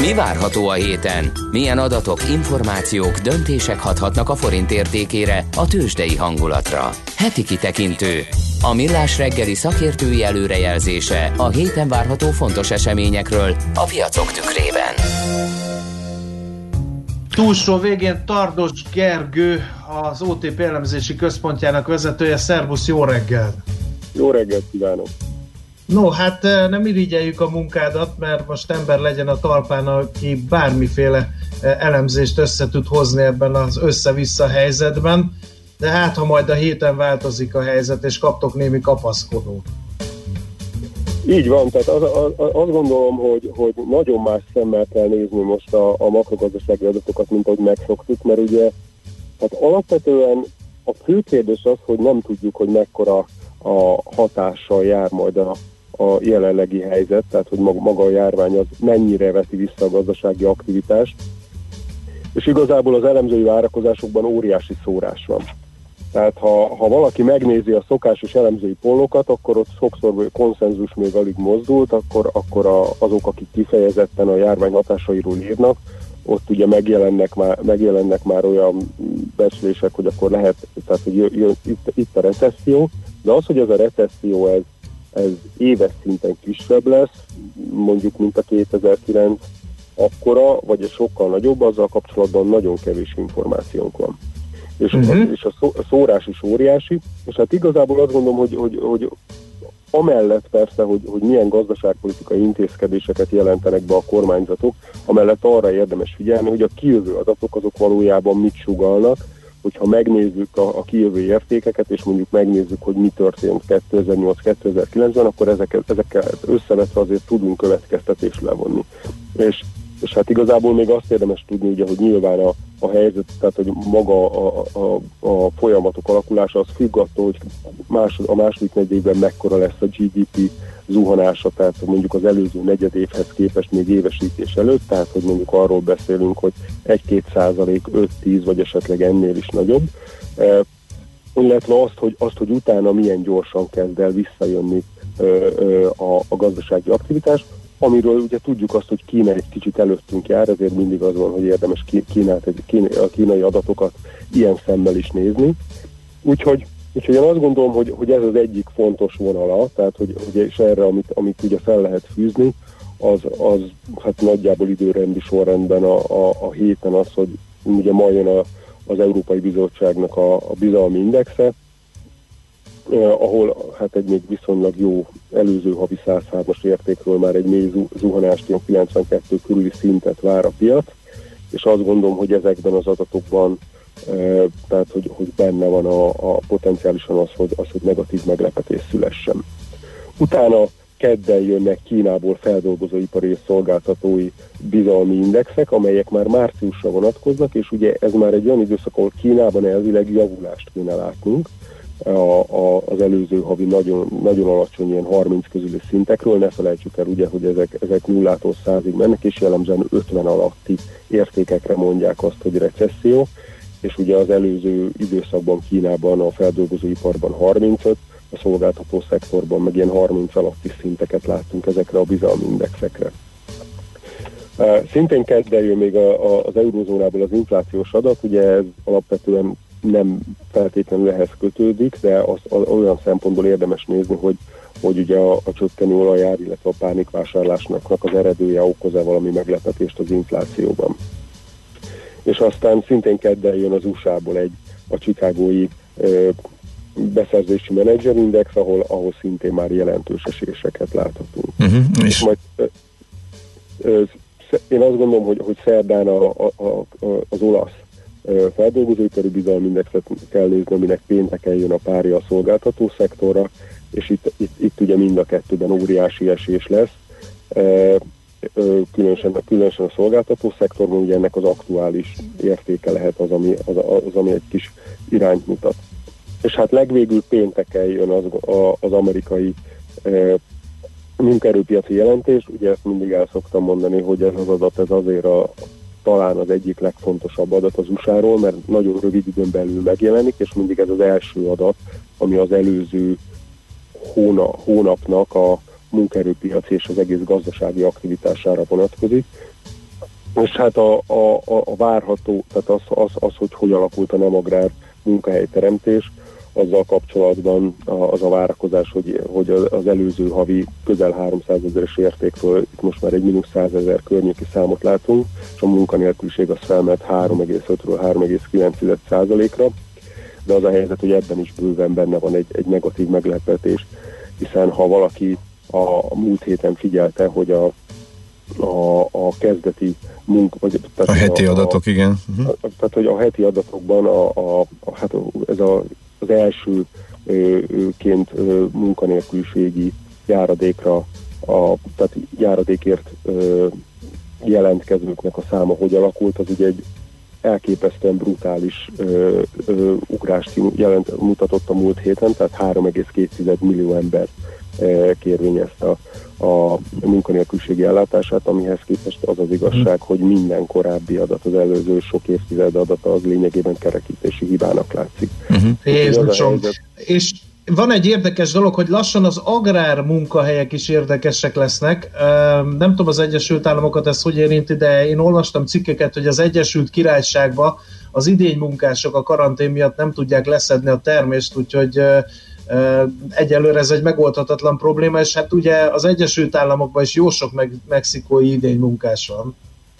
Mi várható a héten? Milyen adatok, információk, döntések hathatnak a forint értékére, a tőzsdei hangulatra? Heti kitekintő. A Millás reggeli szakértői előrejelzése a héten várható fontos eseményekről a piacok tükrében. Túlsó végén Tardos Gergő, az o té pé elemzési központjának vezetője. Szervusz, jó reggel! Jó reggelt kívánok! No, hát nem irigyeljük a munkádat, mert most ember legyen a talpán, aki bármiféle elemzést össze tud hozni ebben az össze-vissza helyzetben, de hát ha majd a héten változik a helyzet, és kaptok némi kapaszkodót. Így van, tehát az, az, azt gondolom, hogy, hogy nagyon más szemmel kell nézni most a, a makrogazdasági adatokat, mint ahogy megszoktuk, mert ugye hát alapvetően a fő kérdés az, hogy nem tudjuk, hogy mekkora a hatással jár majd a, a jelenlegi helyzet, tehát hogy maga a járvány az mennyire veti vissza a gazdasági aktivitást, és igazából az elemzői várakozásokban óriási szórás van. Tehát ha, ha valaki megnézi a szokásos elemzői pollokat, akkor ott sokszor konszenzus még alig mozdult, akkor, akkor a, azok, akik kifejezetten a járvány hatásairól írnak, ott ugye megjelennek már, megjelennek már olyan becslések, hogy akkor lehet, tehát hogy jön, jön, itt, itt a recesszió, de az, hogy ez a recesszió ez, ez éves szinten kisebb lesz, mondjuk mint a kétezer-kilenc akkora, vagy egy sokkal nagyobb, azzal kapcsolatban nagyon kevés információnk van. És, uh-huh. a, és a, szó, a szórás is óriási, és hát igazából azt gondolom, hogy, hogy, hogy amellett persze, hogy, hogy milyen gazdaságpolitikai intézkedéseket jelentenek be a kormányzatok, amellett arra érdemes figyelni, hogy a kijövő adatok azok valójában mit sugallnak, hogyha megnézzük a, a kijövő értékeket, és mondjuk megnézzük, hogy mi történt kétezer-nyolc-kétezer-kilencben, akkor ezeket, ezekkel összevetve azért tudunk következtetést levonni. És És hát igazából még azt érdemes tudni, ugye, hogy nyilván a, a helyzet, tehát hogy maga a, a, a folyamatok alakulása az függ attól, hogy más, a második negyedévben mekkora lesz a gé dé pé zuhanása, tehát mondjuk az előző negyedévhez képest még évesítés előtt, tehát hogy mondjuk arról beszélünk, hogy egy-két százalék, öt-tíz vagy esetleg ennél is nagyobb, e, illetve azt, hogy, azt, hogy utána milyen gyorsan kezd el visszajönni e, e, a, a gazdasági aktivitás, amiről ugye tudjuk azt, hogy Kína egy kicsit előttünk jár, ezért mindig az van, hogy érdemes Kínát, a kínai adatokat ilyen szemmel is nézni. Úgyhogy, úgyhogy én azt gondolom, hogy, hogy ez az egyik fontos vonala, tehát hogy, hogy és erre, amit, amit ugye fel lehet fűzni, az, az hát nagyjából időrendi sorrendben a, a, a héten az, hogy ugye ma jön a, az Európai Bizottságnak a, a bizalmi indexe, Uh, ahol hát egy még viszonylag jó előző havi száz hármas értékről már egy mély zuhanást, ilyen kilencvenkettő körüli szintet vár a piac, és azt gondolom, hogy ezekben az adatokban uh, tehát, hogy, hogy benne van a, a potenciálisan az, hogy, az, hogy negatív meglepetés szülessen. Utána kedden jönnek Kínából feldolgozóipari és szolgáltatói bizalmi indexek, amelyek már márciusra vonatkoznak, és ugye ez már egy olyan időszak, ahol Kínában elvileg javulást kéne látnunk, A, a, az előző havi nagyon, nagyon alacsony ilyen harminc közüli szintekről, ne felejtsük el ugye, hogy ezek, ezek nullától százig mennek, és jellemzően ötven alatti értékekre mondják azt, hogy recesszió, és ugye az előző időszakban Kínában a feldolgozóiparban harmincöt, a szolgáltató szektorban meg ilyen harminc alatti szinteket láttunk ezekre a bizalmi indexekre. Szintén kedden jön még a, a, az eurózónából az inflációs adat, ugye ez alapvetően nem feltétlenül ehhez kötődik, de az, az olyan szempontból érdemes nézni, hogy, hogy ugye a, a csökkenő olajár, illetve a pánikvásárlásnak az eredője okoz-e valami meglepetést az inflációban. És aztán szintén kedden jön az u es á-ból egy a chicagói ö, beszerzési menedzserindex, ahol, ahol szintén már jelentős eséseket láthatunk. Uh-huh. És, és majd ö, ö, én azt gondolom, hogy, hogy szerdán a, a, a, az olasz feldolgozóipari bizalmi indexet kell nézni, aminek pénteken jön a párja a szolgáltató szektorra, és itt, itt, itt ugye mind a kettőben óriási esés lesz. Különösen, különösen a szolgáltató szektorban ugye ennek az aktuális értéke lehet az, ami, az, az, ami egy kis irányt mutat. És hát legvégül pénteken jön az, az amerikai munkaerőpiaci jelentés, ugye ezt mindig el szoktam mondani, hogy ez az adat ez azért a talán az egyik legfontosabb adat az u es á-ról, mert nagyon rövid időn belül megjelenik, és mindig ez az első adat, ami az előző hóna, hónapnak a munkaerőpiaci és az egész gazdasági aktivitására vonatkozik. És hát a, a, a, a várható, tehát az, az, az, hogy hogy alakult a nem agrár munkahelyteremtés, azzal kapcsolatban az a várakozás, hogy, hogy az előző havi közel háromszázezeres értékről itt most már egy mínusz százezer környéki számot látunk, és a munkanélküliség az felmert három egész ötről három egész kilenc százalékra, de az a helyzet, hogy ebben is bőven benne van egy, egy negatív meglepetés, hiszen ha valaki a múlt héten figyelte, hogy a, a, a kezdeti munka... Vagy, a heti a, adatok, a, igen. Uh-huh. A, tehát, hogy a heti adatokban a, a, a, hát ez a, az elsőként munkanélküliségi járadékra, a, tehát járadékért ö, jelentkezőknek a száma hogy alakult, az ugye egy elképesztően brutális ö, ö, ugrást jelent, mutatott a múlt héten, tehát három egész két millió ember ö, kérvényezte a, a munkanélküliségi ellátását, amihez képest az az igazság, hogy minden korábbi adat, az előző sok évtized adata az lényegében kerekítési hibának látszik. Uh-huh. Jézusom. És van egy érdekes dolog, hogy lassan az agrár munkahelyek is érdekesek lesznek. Nem tudom, az Egyesült Államokat ez hogy érinti, de én olvastam cikkeket, hogy az Egyesült Királyságban az idénymunkások a karantén miatt nem tudják leszedni a termést, úgyhogy egyelőre ez egy megoldhatatlan probléma, és hát ugye az Egyesült Államokban is jó sok meg- mexikói idénymunkás van.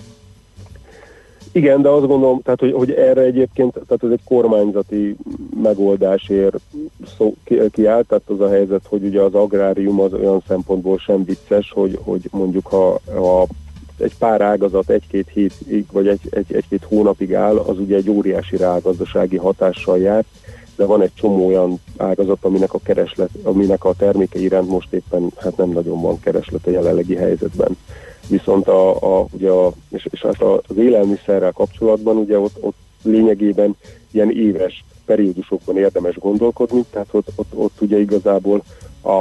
Igen, de azt gondolom, tehát, hogy, hogy erre egyébként, tehát ez egy kormányzati megoldásért szó, ki, kiállt, tehát az a helyzet, hogy ugye az agrárium az olyan szempontból sem vicces, hogy, hogy mondjuk ha, ha egy pár ágazat egy-két hétig, vagy egy, egy, egy-két hónapig áll, az ugye egy óriási rágazdasági hatással jár, de van egy csomó olyan ágazat, aminek a kereslet, aminek a terméke iránt most éppen hát nem nagyon van kereslet a jelenlegi helyzetben. Viszont a, a, ugye a, és, és hát az élelmiszerrel kapcsolatban ugye ott, ott lényegében ilyen éves periódusokban érdemes gondolkodni, tehát ott, ott, ott ugye igazából a,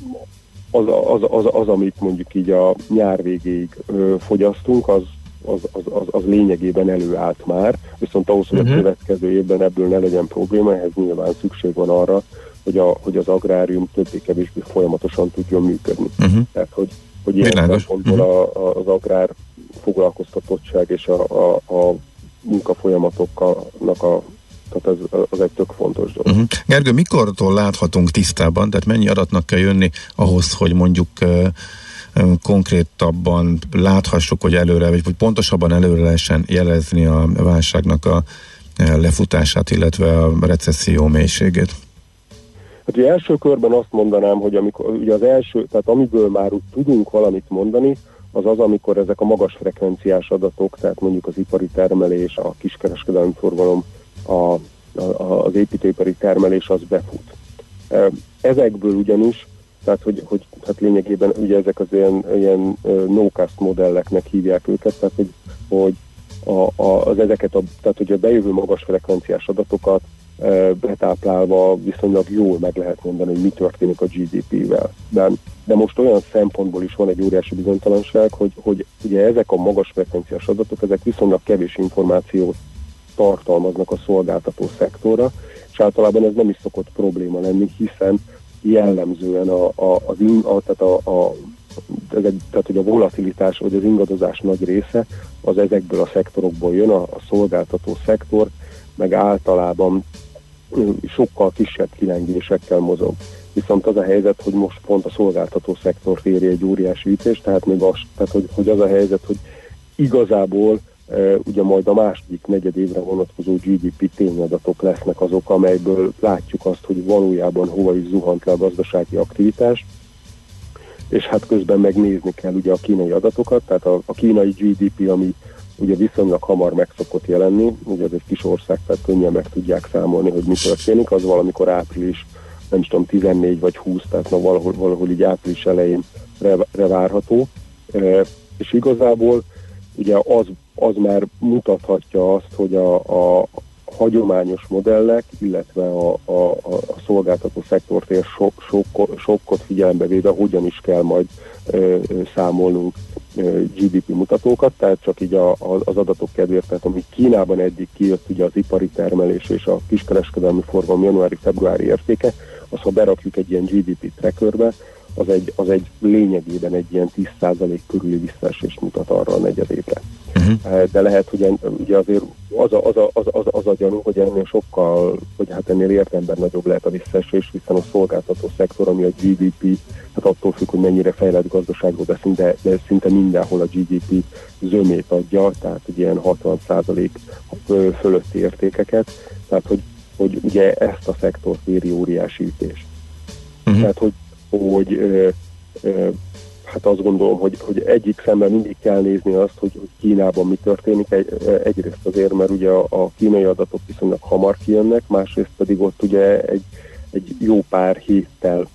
az, az, az, az, amit mondjuk így a nyár végéig ö, fogyasztunk, az, az, az, az, az lényegében előállt már, viszont ahhoz, hogy uh-huh. a következő évben ebből ne legyen probléma, ehhez nyilván szükség van arra, hogy, a, hogy az agrárium többé-kevésbé folyamatosan tudjon működni. Uh-huh. Tehát, hogy hogy ilyen szempontból a, a, az agrár foglalkoztatottság és a, a, a munkafolyamatoknak a, tehát ez, az egy tök fontos dolog. Uh-huh. Gergő, mikortól láthatunk tisztában, tehát mennyi adatnak kell jönni ahhoz, hogy mondjuk uh, konkrétabban láthassuk, hogy előre, vagy pontosabban előre lehessen jelezni a válságnak a lefutását, illetve a recesszió mélységét? Hát ugye első körben azt mondanám, hogy amikor, ugye az első, tehát amiből már úgy tudunk valamit mondani, az az, amikor ezek a magas frekvenciás adatok, tehát mondjuk az ipari termelés, a kiskereskedelmi forgalom, a, a, az építőipari termelés az befut. Ezekből ugyanis, tehát hogy, hogy hát lényegében ugye ezek az ilyen, ilyen no-cast modelleknek hívják őket, tehát hogy, hogy a, a, az ezeket a, tehát hogy a bejövő magas frekvenciás adatokat betáplálva viszonylag jól meg lehet mondani, hogy mi történik a gé dé pé-vel. De, de most olyan szempontból is van egy óriási bizonytalanság, hogy, hogy ugye ezek a magas frekvenciás adatok, ezek viszonylag kevés információt tartalmaznak a szolgáltató szektorra, és általában ez nem is szokott probléma lenni, hiszen jellemzően a, a, az in, a, tehát, a, a, ezek, tehát hogy a volatilitás vagy az ingadozás nagy része az ezekből a szektorokból jön, a, a szolgáltató szektor meg általában sokkal kisebb kilengésekkel mozog. Viszont az a helyzet, hogy most pont a szolgáltató szektor féri egy óriási ütést, tehát még az, tehát hogy, hogy az a helyzet, hogy igazából e, ugye majd a második negyedévre vonatkozó gé dé pé tényadatok lesznek azok, amelyből látjuk azt, hogy valójában hova is zuhant le a gazdasági aktivitás, és hát közben megnézni kell ugye a kínai adatokat, tehát a, a kínai gé dé pé, ami ugye viszonylag hamar meg szokott jelenni, ugye ez egy kis ország, tehát könnyen meg tudják számolni, hogy mi történik, az valamikor április, nem is tudom, tizennégy vagy húsz, tehát na valahol, valahol így április elején re, re várható, e, és igazából ugye az, az már mutathatja azt, hogy a, a hagyományos modellek, illetve a, a, a szolgáltató szektortér sok, sok, sokkot figyelembe véve hogyan is kell majd e, számolnunk gé dé pé mutatókat, tehát csak így a, a, az adatok kedvéért, tehát ami Kínában eddig kijött ugye az ipari termelés és a kiskereskedelmi forgalom januári-februári értéke, az ha berakjuk egy ilyen gé dé pé trackerbe, az egy, az egy lényegében egy ilyen tíz százalék körüli visszaesést mutat arra a negyedévre. uh-huh. de lehet, hogy en, ugye azért az a, az, a, az, az, az a gyanú, hogy ennél sokkal, hogy hát ennél értelemben nagyobb lehet a visszaesés, hiszen a szolgáltató szektor, ami a gé dé pé, hát attól függ, hogy mennyire fejlett gazdaságról beszélünk, de, de szinte mindenhol a gé dé pé zömét adja, tehát egy ilyen hatvan százalék fölötti értékeket, tehát hogy, hogy ugye ezt a szektort éri óriási ütés. Uh-huh. Tehát, hogy, hogy ö, ö, hát azt gondolom, hogy, hogy egyik szemben mindig kell nézni azt, hogy, hogy Kínában mi történik. Egy, egyrészt azért, mert ugye a, a kínai adatok viszonylag hamar kijönnek, másrészt pedig ott ugye egy, egy jó pár héttel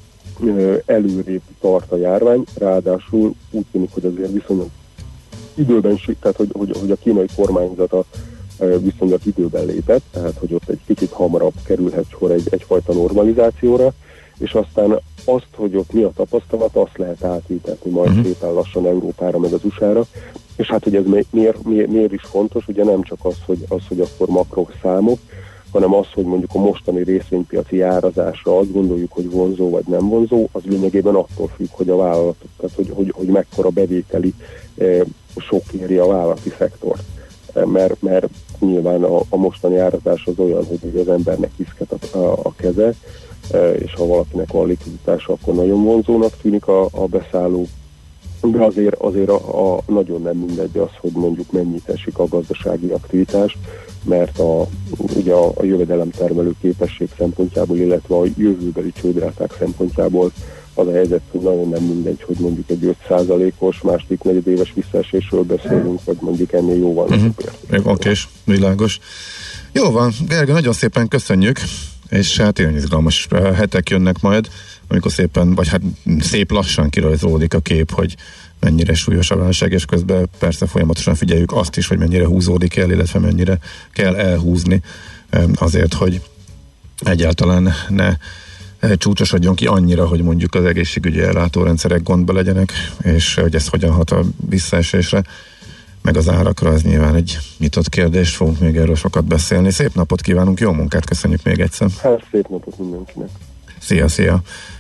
ö, előrébb tart a járvány, ráadásul úgy tűnik, hogy azért viszonylag időben, tehát hogy, hogy, hogy a kínai kormányzata viszonylag időben lépett, tehát hogy ott egy kicsit hamarabb kerülhet sor egy, egyfajta normalizációra, és aztán azt, hogy ott mi a tapasztalat, azt lehet átültetni majd uh-huh. szépen lassan Európára, meg az u es á-ra. És hát, hogy ez miért, miért, miért is fontos, ugye nem csak az, hogy, az, hogy akkor makrok számok, hanem az, hogy mondjuk a mostani részvénypiaci árazásra azt gondoljuk, hogy vonzó vagy nem vonzó, az lényegében attól függ, hogy a vállalatok, tehát hogy, hogy, hogy mekkora bevételi eh, sok éri a vállalati szektort. Eh, mert, mert nyilván a, a mostani árazás az olyan, hogy az embernek iszket a, a, a keze, és ha valakinek van likviditása, akkor nagyon vonzónak tűnik a, a beszálló, de azért, azért a, a nagyon nem mindegy az, hogy mondjuk mennyit esik a gazdasági aktivitás, mert a, ugye a, a jövedelemtermelő képesség szempontjából, illetve a jövőbeli csődráták szempontjából az a helyzet, hogy nagyon nem mindegy, hogy mondjuk egy öt százalékos második negyedéves visszaesésről beszélünk, vagy mondjuk ennél jóval uh-huh. nagyobb érték. Oké, világos. Jó van, Gergő, nagyon szépen köszönjük, és hát ilyen izgalmas hetek jönnek majd, amikor szépen, vagy hát szép lassan kirajzolódik a kép, hogy mennyire súlyos a válság, és közben persze folyamatosan figyeljük azt is, hogy mennyire húzódik el, illetve mennyire kell elhúzni azért, hogy egyáltalán ne csúcsosodjon ki annyira, hogy mondjuk az egészségügyi ellátórendszerek gondba legyenek, és hogy ez hogyan hat a visszaesésre, meg az árakra, ez nyilván egy nyitott kérdés, fogunk még erről sokat beszélni. Szép napot kívánunk, jó munkát, köszönjük még egyszer. Hát szép napot mindenkinek. Szia, szia.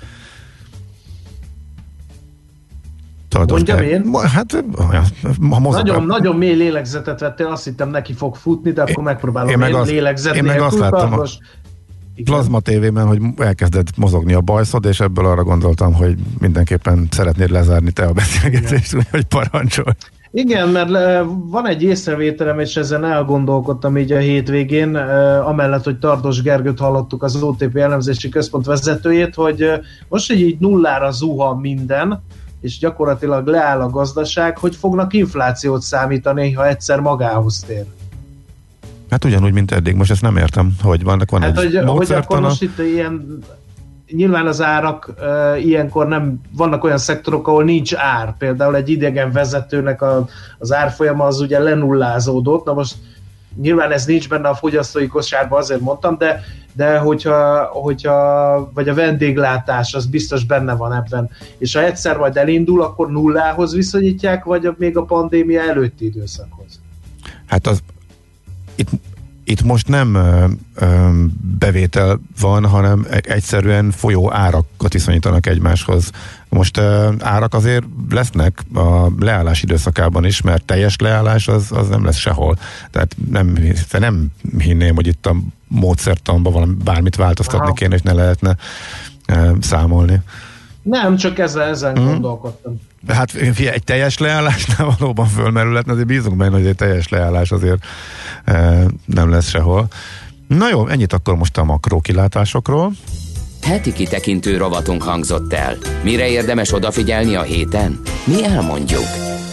Mondjam én? Hát, ha nagyon, nagyon mély lélegzetet vettél, azt hittem neki fog futni, de akkor megpróbálom én, én lélegzetni. Én meg azt láttam a Plazma tévében, hogy elkezdett mozogni a bajszod, és ebből arra gondoltam, hogy mindenképpen szeretnéd lezárni te a beszélgetést, úgyhogy parancsol. Igen, mert van egy észrevételem, és ezen elgondolkodtam így a hétvégén, amellett, hogy Tardos Gergőt hallottuk, az o té pé elemzési központ vezetőjét, hogy most, hogy így nullára zuhan minden, és gyakorlatilag leáll a gazdaság, hogy fognak inflációt számítani, ha egyszer magához tér. Hát ugyanúgy, mint eddig, most ezt nem értem, hogy vannak van hát, egy hogy, hogy akkor a... most itt ilyen, nyilván az árak uh, ilyenkor nem, vannak olyan szektorok, ahol nincs ár, például egy idegen vezetőnek a, az árfolyama az ugye lenullázódott, na most nyilván ez nincs benne a fogyasztói kosárban, azért mondtam, de, de hogyha, hogyha, vagy a vendéglátás, az biztos benne van ebben, és ha egyszer majd elindul, akkor nullához viszonyítják, vagy még a pandémia előtti időszakhoz? Hát az Itt, itt most nem ö, ö, bevétel van, hanem egyszerűen folyó árakat viszonyítanak egymáshoz. Most ö, árak azért lesznek a leállás időszakában is, mert teljes leállás az, az nem lesz sehol. Tehát nem, nem hinném, hogy itt a módszertanban valami, bármit változtatni Aha. kéne, és ne lehetne ö, számolni. Nem, csak ezen, ezen hmm. gondolkodtam. Hát egy teljes leállásnál valóban fölmerülhetne, azért bízunk benne, hogy egy teljes leállás azért e, nem lesz sehol. Na jó, ennyit akkor most a makrókilátásokról. Heti kitekintő rovatunk hangzott el. Mire érdemes odafigyelni a héten? Mi elmondjuk.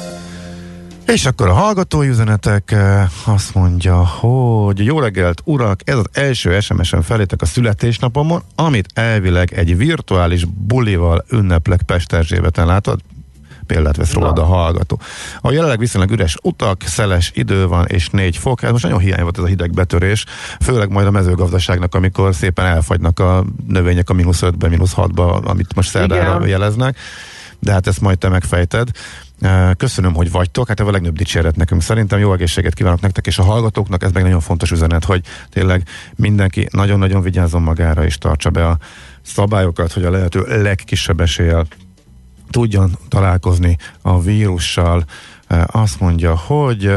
És akkor a hallgatói üzenetek azt mondja, hogy jó reggelt, urak, ez az első es em es-en felétek a születésnapomon, amit elvileg egy virtuális bulival ünneplek Pesterzsébeten, látod? Példát vesz rólad a hallgató. A jelenleg viszonylag üres utak, szeles idő van, és négy fok. Hát most nagyon hiány volt ez a hideg betörés, főleg majd a mezőgazdaságnak, amikor szépen elfagynak a növények a mínusz ötbe, mínusz hatba, amit most szerdára jeleznek. De hát ezt majd te megfejted. Köszönöm, hogy vagytok, hát a legnagyobb dicséret nekünk szerintem, jó egészséget kívánok nektek, és a hallgatóknak, ez meg nagyon fontos üzenet, hogy tényleg mindenki nagyon-nagyon vigyázzon magára, és tartsa be a szabályokat, hogy a lehető legkisebb eséllyel tudjon találkozni a vírussal. Azt mondja, hogy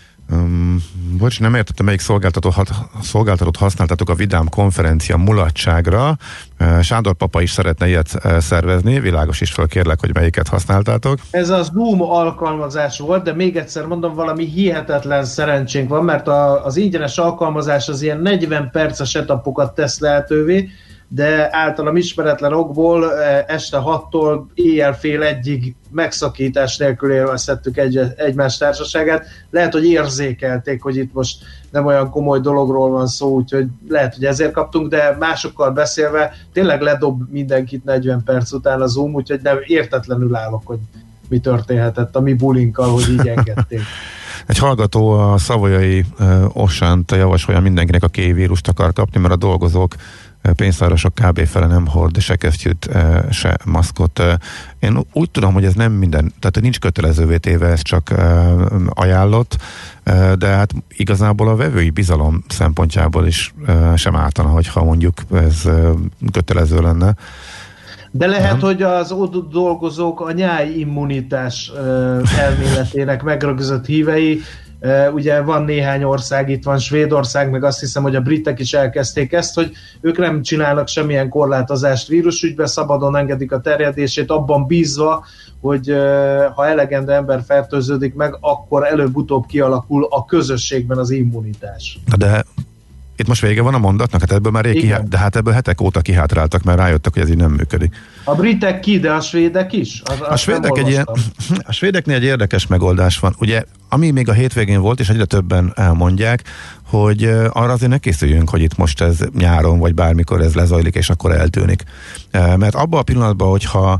um, bocs, nem értettem, melyik szolgáltatót, szolgáltatót használtatok a Vidám konferencia mulatságra. Sándor papa is szeretne ilyet szervezni, világosíts fel, kérlek, hogy melyiket használtátok. Ez a Zoom alkalmazás volt, de még egyszer mondom, valami hihetetlen szerencsénk van, mert a, az ingyenes alkalmazás az ilyen negyven perces etapokat tesz lehetővé, de általam ismeretlen okból este hattól éjjel fél egyig megszakítás nélkül élvezhettük egy, egymás társaságát. Lehet, hogy érzékelték, hogy itt most nem olyan komoly dologról van szó, úgyhogy lehet, hogy ezért kaptunk, de másokkal beszélve tényleg ledob mindenkit negyven perc után a Zoom, úgyhogy nem értetlenül állok, hogy mi történhetett a mi bulinkkal, hogy így engedték. Egy hallgató a szavolyai uh, Osánt javasolja mindenkinek, aki vírust akar kapni, mert a dolgozók pénztárosok kb. Fele nem hord se kesztyűt, se maszkot. Én úgy tudom, hogy ez nem minden, tehát nincs kötelezővé téve, ez csak ajánlott, de hát igazából a vevői bizalom szempontjából is sem ártana, hogyha mondjuk ez kötelező lenne. De lehet, nem? hogy az ott dolgozók a nyájimmunitás elméletének megrögzött hívei. Uh, ugye van néhány ország, itt van Svédország, meg azt hiszem, hogy a britek is elkezdték ezt, hogy ők nem csinálnak semmilyen korlátozást vírusügybe, szabadon engedik a terjedését, abban bízva, hogy uh, ha elegendő ember fertőződik meg, akkor előbb-utóbb kialakul a közösségben az immunitás. De itt most vége van a mondatnak, hát ebből már rég kihá... de hát ebből hetek óta kihátráltak, mert rájöttek, hogy ez így nem működik. A britek ki, de a svédek is? Az, a, svédek egy ilyen, a svédeknél egy érdekes megoldás van. Ugye, ami még a hétvégén volt, és egyre többen elmondják, hogy arra azért ne készüljünk, hogy itt most ez nyáron, vagy bármikor ez lezajlik, és akkor eltűnik. Mert abban a pillanatban, hogyha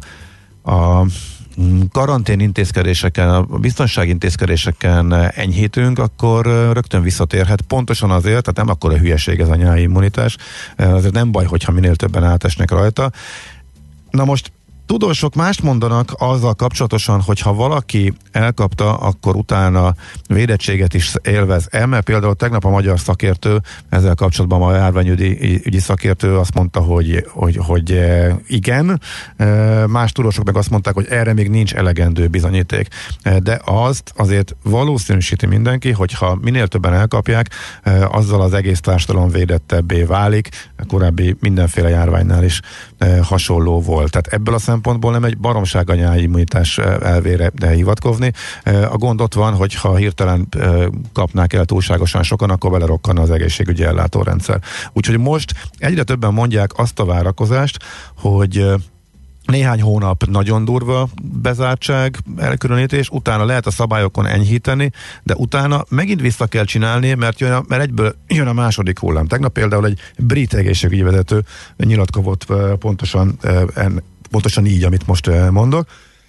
a karantén intézkedéseken, a biztonsági intézkedéseken enyhítünk, akkor rögtön visszatérhet. Pontosan azért, tehát nem akkora hülyeség ez a nyári immunitás, azért nem baj, hogyha minél többen átesnek rajta. Na most tudósok mást mondanak azzal kapcsolatosan, hogy ha valaki elkapta, akkor utána védettséget is élvez. Mert például tegnap a magyar szakértő, ezzel kapcsolatban a járványügyi ügyi szakértő azt mondta, hogy, hogy, hogy igen. Más tudósok meg azt mondták, hogy erre még nincs elegendő bizonyíték. De azt azért valószínűsíti mindenki, hogyha minél többen elkapják, azzal az egész társadalom védettebbé válik. Korábbi mindenféle járványnál is hasonló volt. Tehát ebből a szempontból nem egy baromság a nyájimmunitás elvére hivatkozni. A gond ott van, hogy ha hirtelen kapnák el túlságosan sokan, akkor belerokkanna az egészségügyi ellátórendszer. Úgyhogy most egyre többen mondják azt a várakozást, hogy néhány hónap nagyon durva bezártság, elkülönítés, utána lehet a szabályokon enyhíteni, de utána megint vissza kell csinálni, mert, jön a, mert egyből jön a második hullám. Tegnap például egy brit egészségügyi vezető nyilatkozott pontosan, pontosan így, amit most mondok.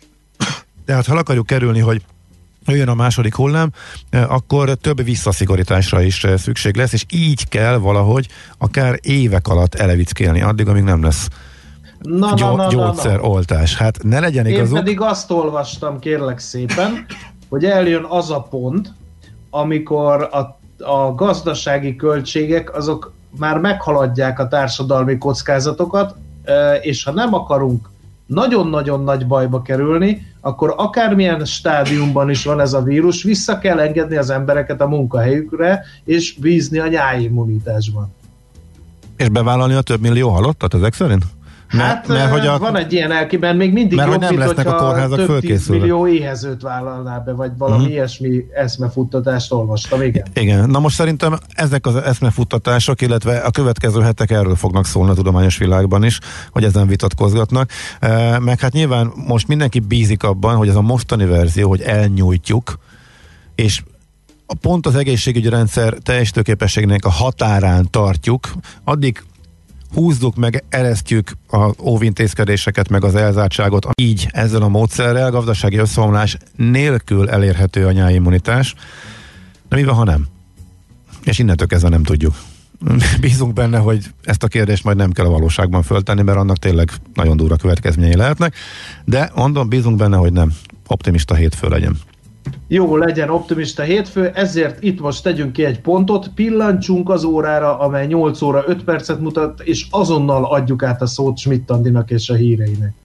Tehát ha akarjuk kerülni, hogy jön a második hullám, akkor több visszaszigorításra is szükség lesz, és így kell valahogy akár évek alatt elevickélni, addig, amíg nem lesz Na, Gyó- na, na, gyógyszer, na, na. oltás. Hát ne legyen igazuk. Én pedig azt olvastam, kérlek szépen, hogy eljön az a pont, amikor a, a gazdasági költségek azok már meghaladják a társadalmi kockázatokat, és ha nem akarunk nagyon-nagyon nagy bajba kerülni, akkor akármilyen stádiumban is van ez a vírus, vissza kell engedni az embereket a munkahelyükre, és bízni a nyájimmunitásban. És bevállalni a több millió halottat ezek szerint? Hát mert, mert, hogy a, van egy ilyen elkében, még mindig mert, jobb, hogy nem mint hogyha több tíz millió éhezőt vállalná be, vagy valami uh-huh. ilyesmi eszmefuttatást olvastam, igen. Igen, na most szerintem ezek az eszmefuttatások, illetve a következő hetek erről fognak szólni a tudományos világban is, hogy ezen vitatkozgatnak. E, meg hát nyilván most mindenki bízik abban, hogy ez a mostani verzió, hogy elnyújtjuk, és pont az egészségügyi rendszer teljesítőképességnek a határán tartjuk, addig húzzuk meg, eresztjük az óvintézkedéseket, meg az elzártságot. Így ezzel a módszerrel gazdasági összeomlás nélkül elérhető a nyájimmunitás. De mi van, ha nem? És innentől kezdve nem tudjuk. Bízunk benne, hogy ezt a kérdést majd nem kell a valóságban föltenni, mert annak tényleg nagyon durva következményei lehetnek. De mondom, bízunk benne, hogy nem. Optimista hétfő legyen. Jó, legyen optimista hétfő, ezért itt most tegyünk ki egy pontot, pillancsunk az órára, amely nyolc óra öt percet mutat, és azonnal adjuk át a szót Schmidt Andinak és a híreinek.